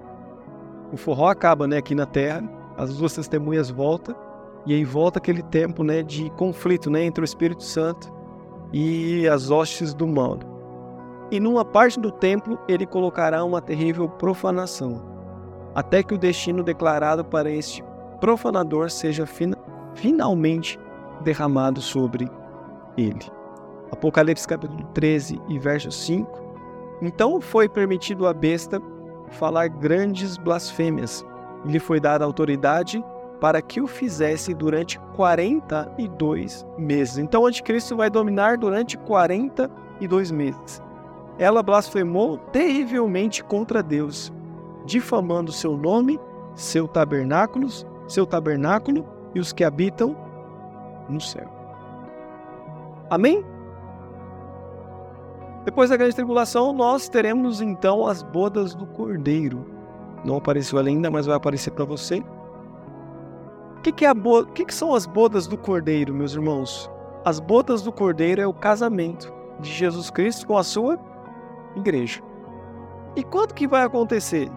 O forró acaba, né, aqui na terra, as duas testemunhas voltam, e aí volta aquele tempo, né, de conflito, né, entre o Espírito Santo e as hostes do mal. E numa parte do templo ele colocará uma terrível profanação, até que o destino declarado para este profanador seja fin- finalmente derramado sobre ele. Apocalipse capítulo treze e verso cinco. Então foi permitido à besta falar grandes blasfêmias, e lhe foi dada autoridade para que o fizesse durante quarenta e dois meses. Então o anticristo vai dominar durante quarenta e dois meses. Ela blasfemou terrivelmente contra Deus, difamando seu nome, seu tabernáculo, seu tabernáculo e os que habitam no céu. Amém? Depois da grande tribulação, nós teremos então as bodas do Cordeiro. Não apareceu ali ainda, mas vai aparecer para você. O que, que, é a bo... que, que são as bodas do Cordeiro, meus irmãos? As bodas do Cordeiro é o casamento de Jesus Cristo com a sua igreja. E quando que vai acontecer?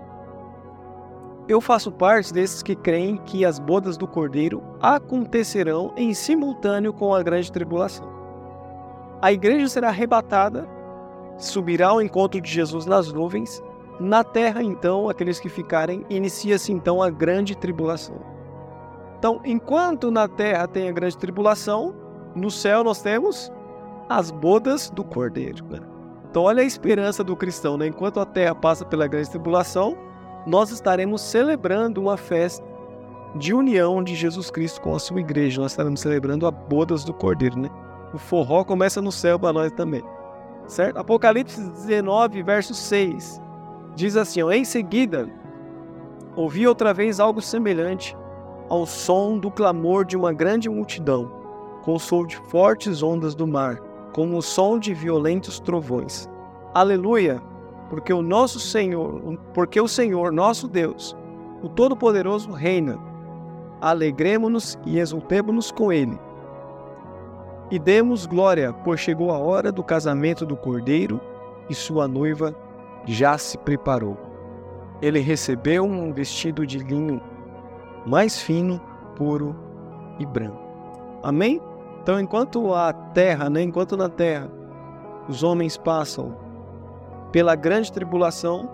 Eu faço parte desses que creem que as bodas do Cordeiro acontecerão em simultâneo com a grande tribulação. A igreja será arrebatada, subirá ao encontro de Jesus nas nuvens. Na terra, então, aqueles que ficarem, inicia-se então a grande tribulação. Então, enquanto na terra tem a grande tribulação, no céu nós temos as bodas do Cordeiro, né? Então, olha a esperança do cristão, né? Enquanto a terra passa pela grande tribulação, nós estaremos celebrando uma festa de união de Jesus Cristo com a sua igreja. Nós estaremos celebrando a bodas do Cordeiro, né? O forró começa no céu para nós também, certo? Apocalipse dezenove, verso seis, diz assim, ó, em seguida, ouvi outra vez algo semelhante ao som do clamor de uma grande multidão, com o som de fortes ondas do mar, como o som de violentos trovões. Aleluia! Porque o nosso Senhor, porque o Senhor, nosso Deus, o Todo-Poderoso reina. Alegremo-nos e exultemo-nos com Ele. E demos glória, pois chegou a hora do casamento do Cordeiro e sua noiva já se preparou. Ele recebeu um vestido de linho mais fino, puro e branco. Amém? Então, enquanto a terra, né, enquanto na terra os homens passam pela grande tribulação,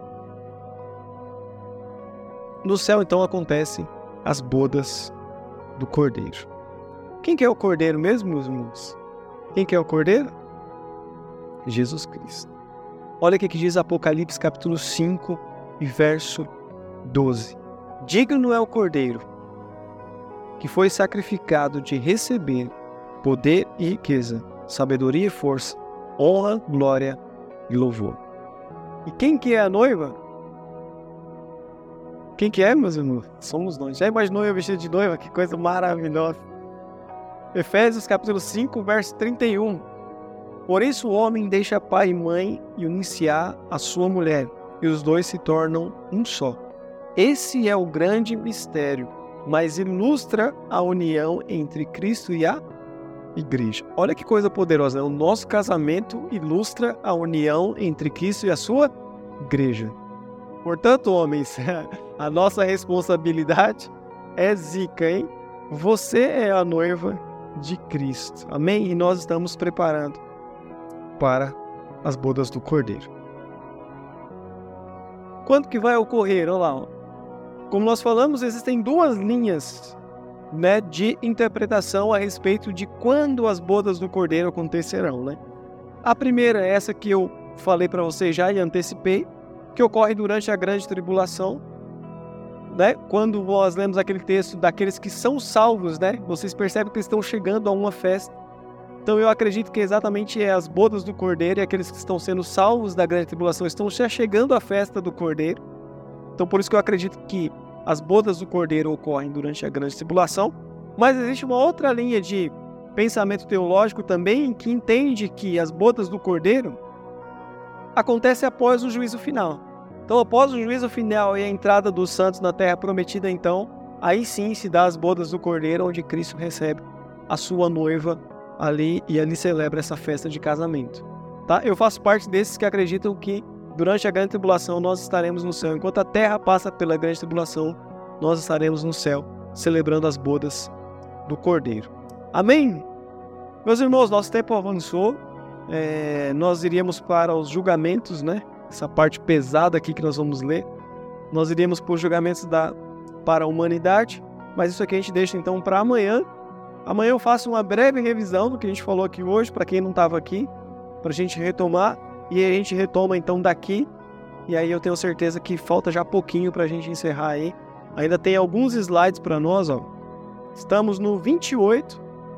no céu então acontecem as bodas do Cordeiro. Quem que é o Cordeiro mesmo, meus irmãos? Quem que é o Cordeiro? Jesus Cristo. Olha o que diz Apocalipse capítulo cinco e verso doze. Digno é o Cordeiro que foi sacrificado de receber poder e riqueza, sabedoria e força, honra, glória e louvor. E quem que é a noiva? Quem que é, meus irmãos? Somos nós. Já imaginou eu vestido de noiva? Que coisa maravilhosa. Efésios capítulo cinco, verso trinta e um. Por isso o homem deixa pai e mãe e unir-se-á a sua mulher, e os dois se tornam um só. Esse é o grande mistério, mas ilustra a união entre Cristo e a igreja. Olha que coisa poderosa, né? O nosso casamento ilustra a união entre Cristo e a sua igreja. Portanto, homens, a nossa responsabilidade é zica, hein? Você é a noiva de Cristo, amém? E nós estamos preparando para as bodas do Cordeiro. Quando que vai ocorrer? Olha lá, ó. Como nós falamos, existem duas linhas, né, de interpretação a respeito de quando as bodas do Cordeiro acontecerão, né? A primeira é essa que eu falei para vocês já e antecipei, que ocorre durante a grande tribulação, né? Quando nós lemos aquele texto daqueles que são salvos, né? Vocês percebem que eles estão chegando a uma festa. Então eu acredito que exatamente é as bodas do Cordeiro e aqueles que estão sendo salvos da grande tribulação estão já chegando à festa do Cordeiro. Então por isso que eu acredito que as bodas do Cordeiro ocorrem durante a grande tribulação. Mas existe uma outra linha de pensamento teológico também que entende que as bodas do Cordeiro acontecem após o juízo final. Então após o juízo final e a entrada dos santos na terra prometida, então, aí sim se dá as bodas do Cordeiro, onde Cristo recebe a sua noiva ali e ali celebra essa festa de casamento. Tá? Eu faço parte desses que acreditam que durante a grande tribulação nós estaremos no céu. Enquanto a terra passa pela grande tribulação, nós estaremos no céu celebrando as bodas do Cordeiro. Amém? Meus irmãos, nosso tempo avançou. É, nós iríamos para os julgamentos, né? Essa parte pesada aqui que nós vamos ler. Nós iríamos para os julgamentos da, para a humanidade, mas isso aqui a gente deixa então para amanhã. Amanhã eu faço uma breve revisão do que a gente falou aqui hoje, para quem não estava aqui, para a gente retomar, e a gente retoma então daqui, e aí eu tenho certeza que falta já pouquinho para a gente encerrar aí. Ainda tem alguns slides para nós, ó. Estamos no vinte e oito,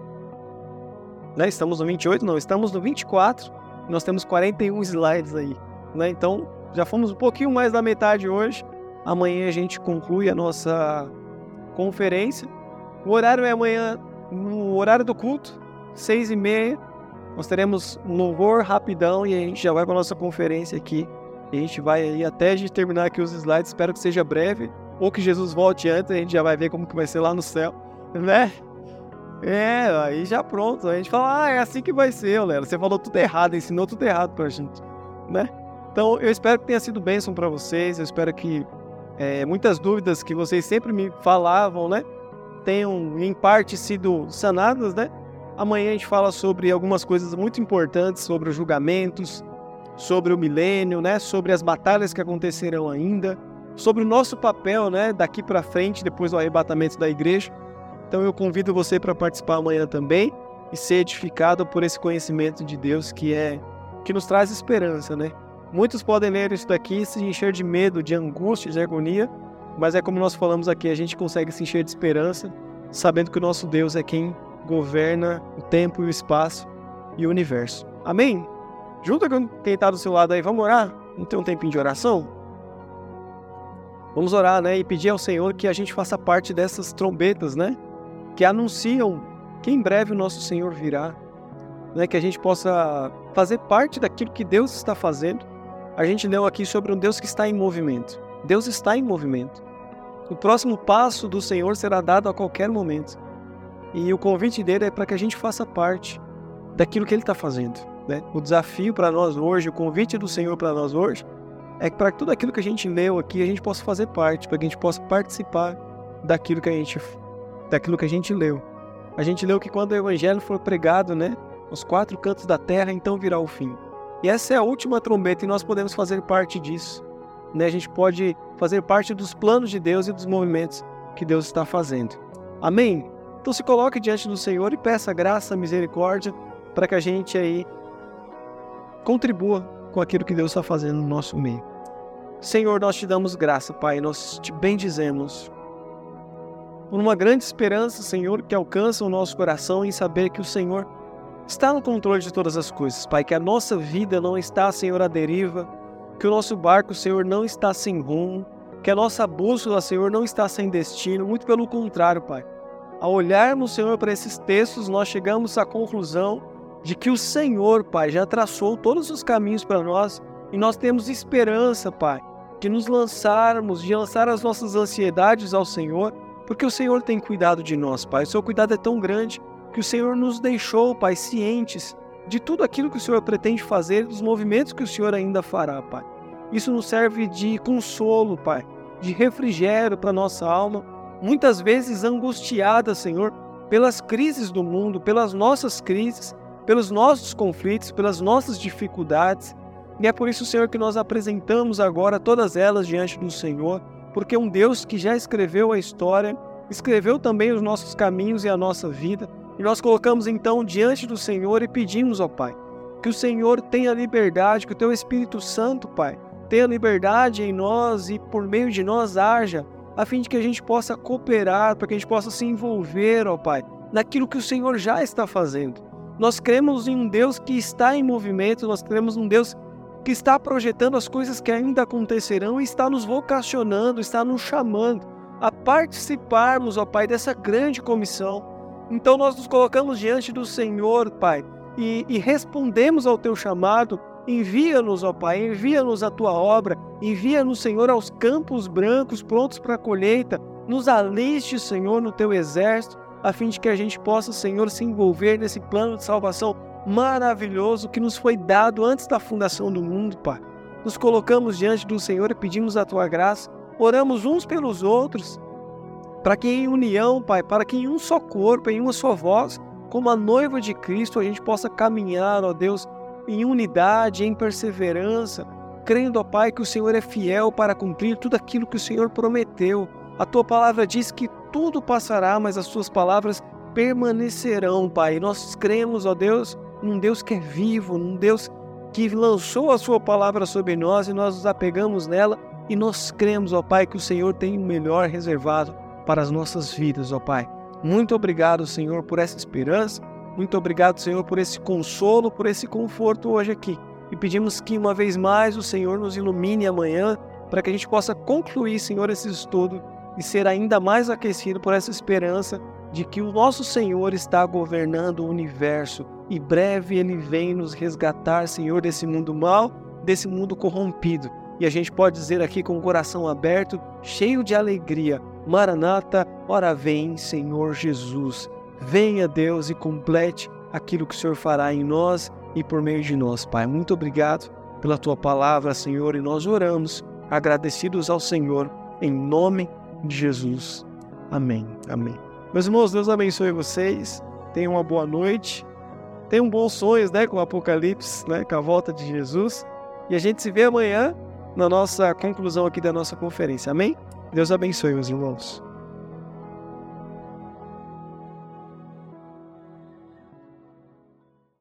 né? Estamos no vinte e oito, não, estamos no vinte e quatro, nós temos quarenta e um slides aí, né? Então já fomos um pouquinho mais da metade hoje. Amanhã a gente conclui a nossa conferência. O horário é amanhã, no horário do culto, seis e meia, nós teremos um louvor rapidão e a gente já vai para a nossa conferência aqui. E a gente vai aí até a gente terminar aqui os slides, espero que seja breve, ou que Jesus volte antes, a gente já vai ver como que vai ser lá no céu, né? É, aí já pronto, a gente fala, ah, é assim que vai ser, galera, você falou tudo errado, ensinou tudo errado pra gente, né? Então eu espero que tenha sido bênção para vocês, eu espero que é, muitas dúvidas que vocês sempre me falavam, né, tenham em parte sido sanadas, né? Amanhã a gente fala sobre algumas coisas muito importantes, sobre os julgamentos, sobre o milênio, né? Sobre as batalhas que acontecerão ainda, sobre o nosso papel, né? Daqui para frente, depois do arrebatamento da igreja. Então eu convido você para participar amanhã também e ser edificado por esse conhecimento de Deus que é que nos traz esperança, né? Muitos podem ler isso daqui e se encher de medo, de angústia, de agonia, mas é como nós falamos aqui, a gente consegue se encher de esperança, sabendo que o nosso Deus é quem governa o tempo e o espaço e o universo. Amém? Junta com quem está do seu lado aí, vamos orar? Vamos ter um tempinho de oração? Vamos orar, né? E pedir ao Senhor que a gente faça parte dessas trombetas, né? Que anunciam que em breve o nosso Senhor virá. Né? Que a gente possa fazer parte daquilo que Deus está fazendo. A gente leu aqui sobre um Deus que está em movimento. Deus está em movimento. O próximo passo do Senhor será dado a qualquer momento. E o convite dele é para que a gente faça parte daquilo que ele está fazendo. Né? O desafio para nós hoje, o convite do Senhor para nós hoje, é que para tudo aquilo que a gente leu aqui, a gente possa fazer parte, para que a gente possa participar daquilo que a gente, daquilo que a gente leu. A gente leu que quando o Evangelho for pregado, né, nos quatro cantos da terra, então virá o fim. E essa é a última trombeta e nós podemos fazer parte disso. Né? A gente pode fazer parte dos planos de Deus e dos movimentos que Deus está fazendo. Amém? Então se coloque diante do Senhor e peça graça, misericórdia, para que a gente aí contribua com aquilo que Deus está fazendo no nosso meio. Senhor, nós te damos graça, Pai, nós te bendizemos por uma grande esperança, Senhor, que alcança o nosso coração em saber que o Senhor está no controle de todas as coisas, Pai, que a nossa vida não está, Senhor, à deriva, que o nosso barco, Senhor, não está sem rumo, que a nossa bússola, Senhor, não está sem destino, muito pelo contrário, Pai. Ao olharmos, Senhor, para esses textos, nós chegamos à conclusão de que o Senhor, Pai, já traçou todos os caminhos para nós e nós temos esperança, Pai, de nos lançarmos, de lançar as nossas ansiedades ao Senhor, porque o Senhor tem cuidado de nós, Pai. O seu cuidado é tão grande que o Senhor nos deixou, Pai, cientes de tudo aquilo que o Senhor pretende fazer, dos movimentos que o Senhor ainda fará, Pai. Isso nos serve de consolo, Pai, de refrigério para nossa alma, muitas vezes angustiada, Senhor, pelas crises do mundo, pelas nossas crises, pelos nossos conflitos, pelas nossas dificuldades. E é por isso, Senhor, que nós apresentamos agora todas elas diante do Senhor, porque um Deus que já escreveu a história, escreveu também os nossos caminhos e a nossa vida, e nós colocamos então diante do Senhor e pedimos, ó Pai, que o Senhor tenha liberdade, que o Teu Espírito Santo, Pai, tenha liberdade em nós e por meio de nós haja, a fim de que a gente possa cooperar, para que a gente possa se envolver, ó Pai, naquilo que o Senhor já está fazendo. Nós cremos em um Deus que está em movimento, nós cremos num Deus que está projetando as coisas que ainda acontecerão e está nos vocacionando, está nos chamando a participarmos, ó Pai, dessa grande comissão. Então nós nos colocamos diante do Senhor, Pai, e, e respondemos ao Teu chamado. Envia-nos, ó Pai, envia-nos a Tua obra, envia-nos, Senhor, aos campos brancos prontos para a colheita, nos aliste, Senhor, no Teu exército, a fim de que a gente possa, Senhor, se envolver nesse plano de salvação maravilhoso que nos foi dado antes da fundação do mundo, Pai. Nos colocamos diante do Senhor e pedimos a Tua graça, oramos uns pelos outros, para que em união, Pai, para que em um só corpo, em uma só voz, como a noiva de Cristo, a gente possa caminhar, ó Deus, em unidade, em perseverança, crendo, ó Pai, que o Senhor é fiel para cumprir tudo aquilo que o Senhor prometeu. A Tua palavra diz que tudo passará, mas as Tuas palavras permanecerão, Pai. E nós cremos, ó Deus, num Deus que é vivo, num Deus que lançou a Sua palavra sobre nós e nós nos apegamos nela e nós cremos, ó Pai, que o Senhor tem o melhor reservado para as nossas vidas, ó Pai. Muito obrigado, Senhor, por essa esperança. Muito obrigado, Senhor, por esse consolo, por esse conforto hoje aqui. E pedimos que uma vez mais o Senhor nos ilumine amanhã para que a gente possa concluir, Senhor, esse estudo e ser ainda mais aquecido por essa esperança de que o nosso Senhor está governando o universo e breve Ele vem nos resgatar, Senhor, desse mundo mau, desse mundo corrompido. E a gente pode dizer aqui com o coração aberto, cheio de alegria, Maranata, ora vem, Senhor Jesus. Venha, Deus, e complete aquilo que o Senhor fará em nós e por meio de nós, Pai. Muito obrigado pela Tua palavra, Senhor, e nós oramos, agradecidos ao Senhor, em nome de Jesus. Amém. Amém. Meus irmãos, Deus abençoe vocês. Tenham uma boa noite. Tenham bons sonhos, né, com o Apocalipse, né, com a volta de Jesus. E a gente se vê amanhã na nossa conclusão aqui da nossa conferência. Amém? Deus abençoe, meus irmãos.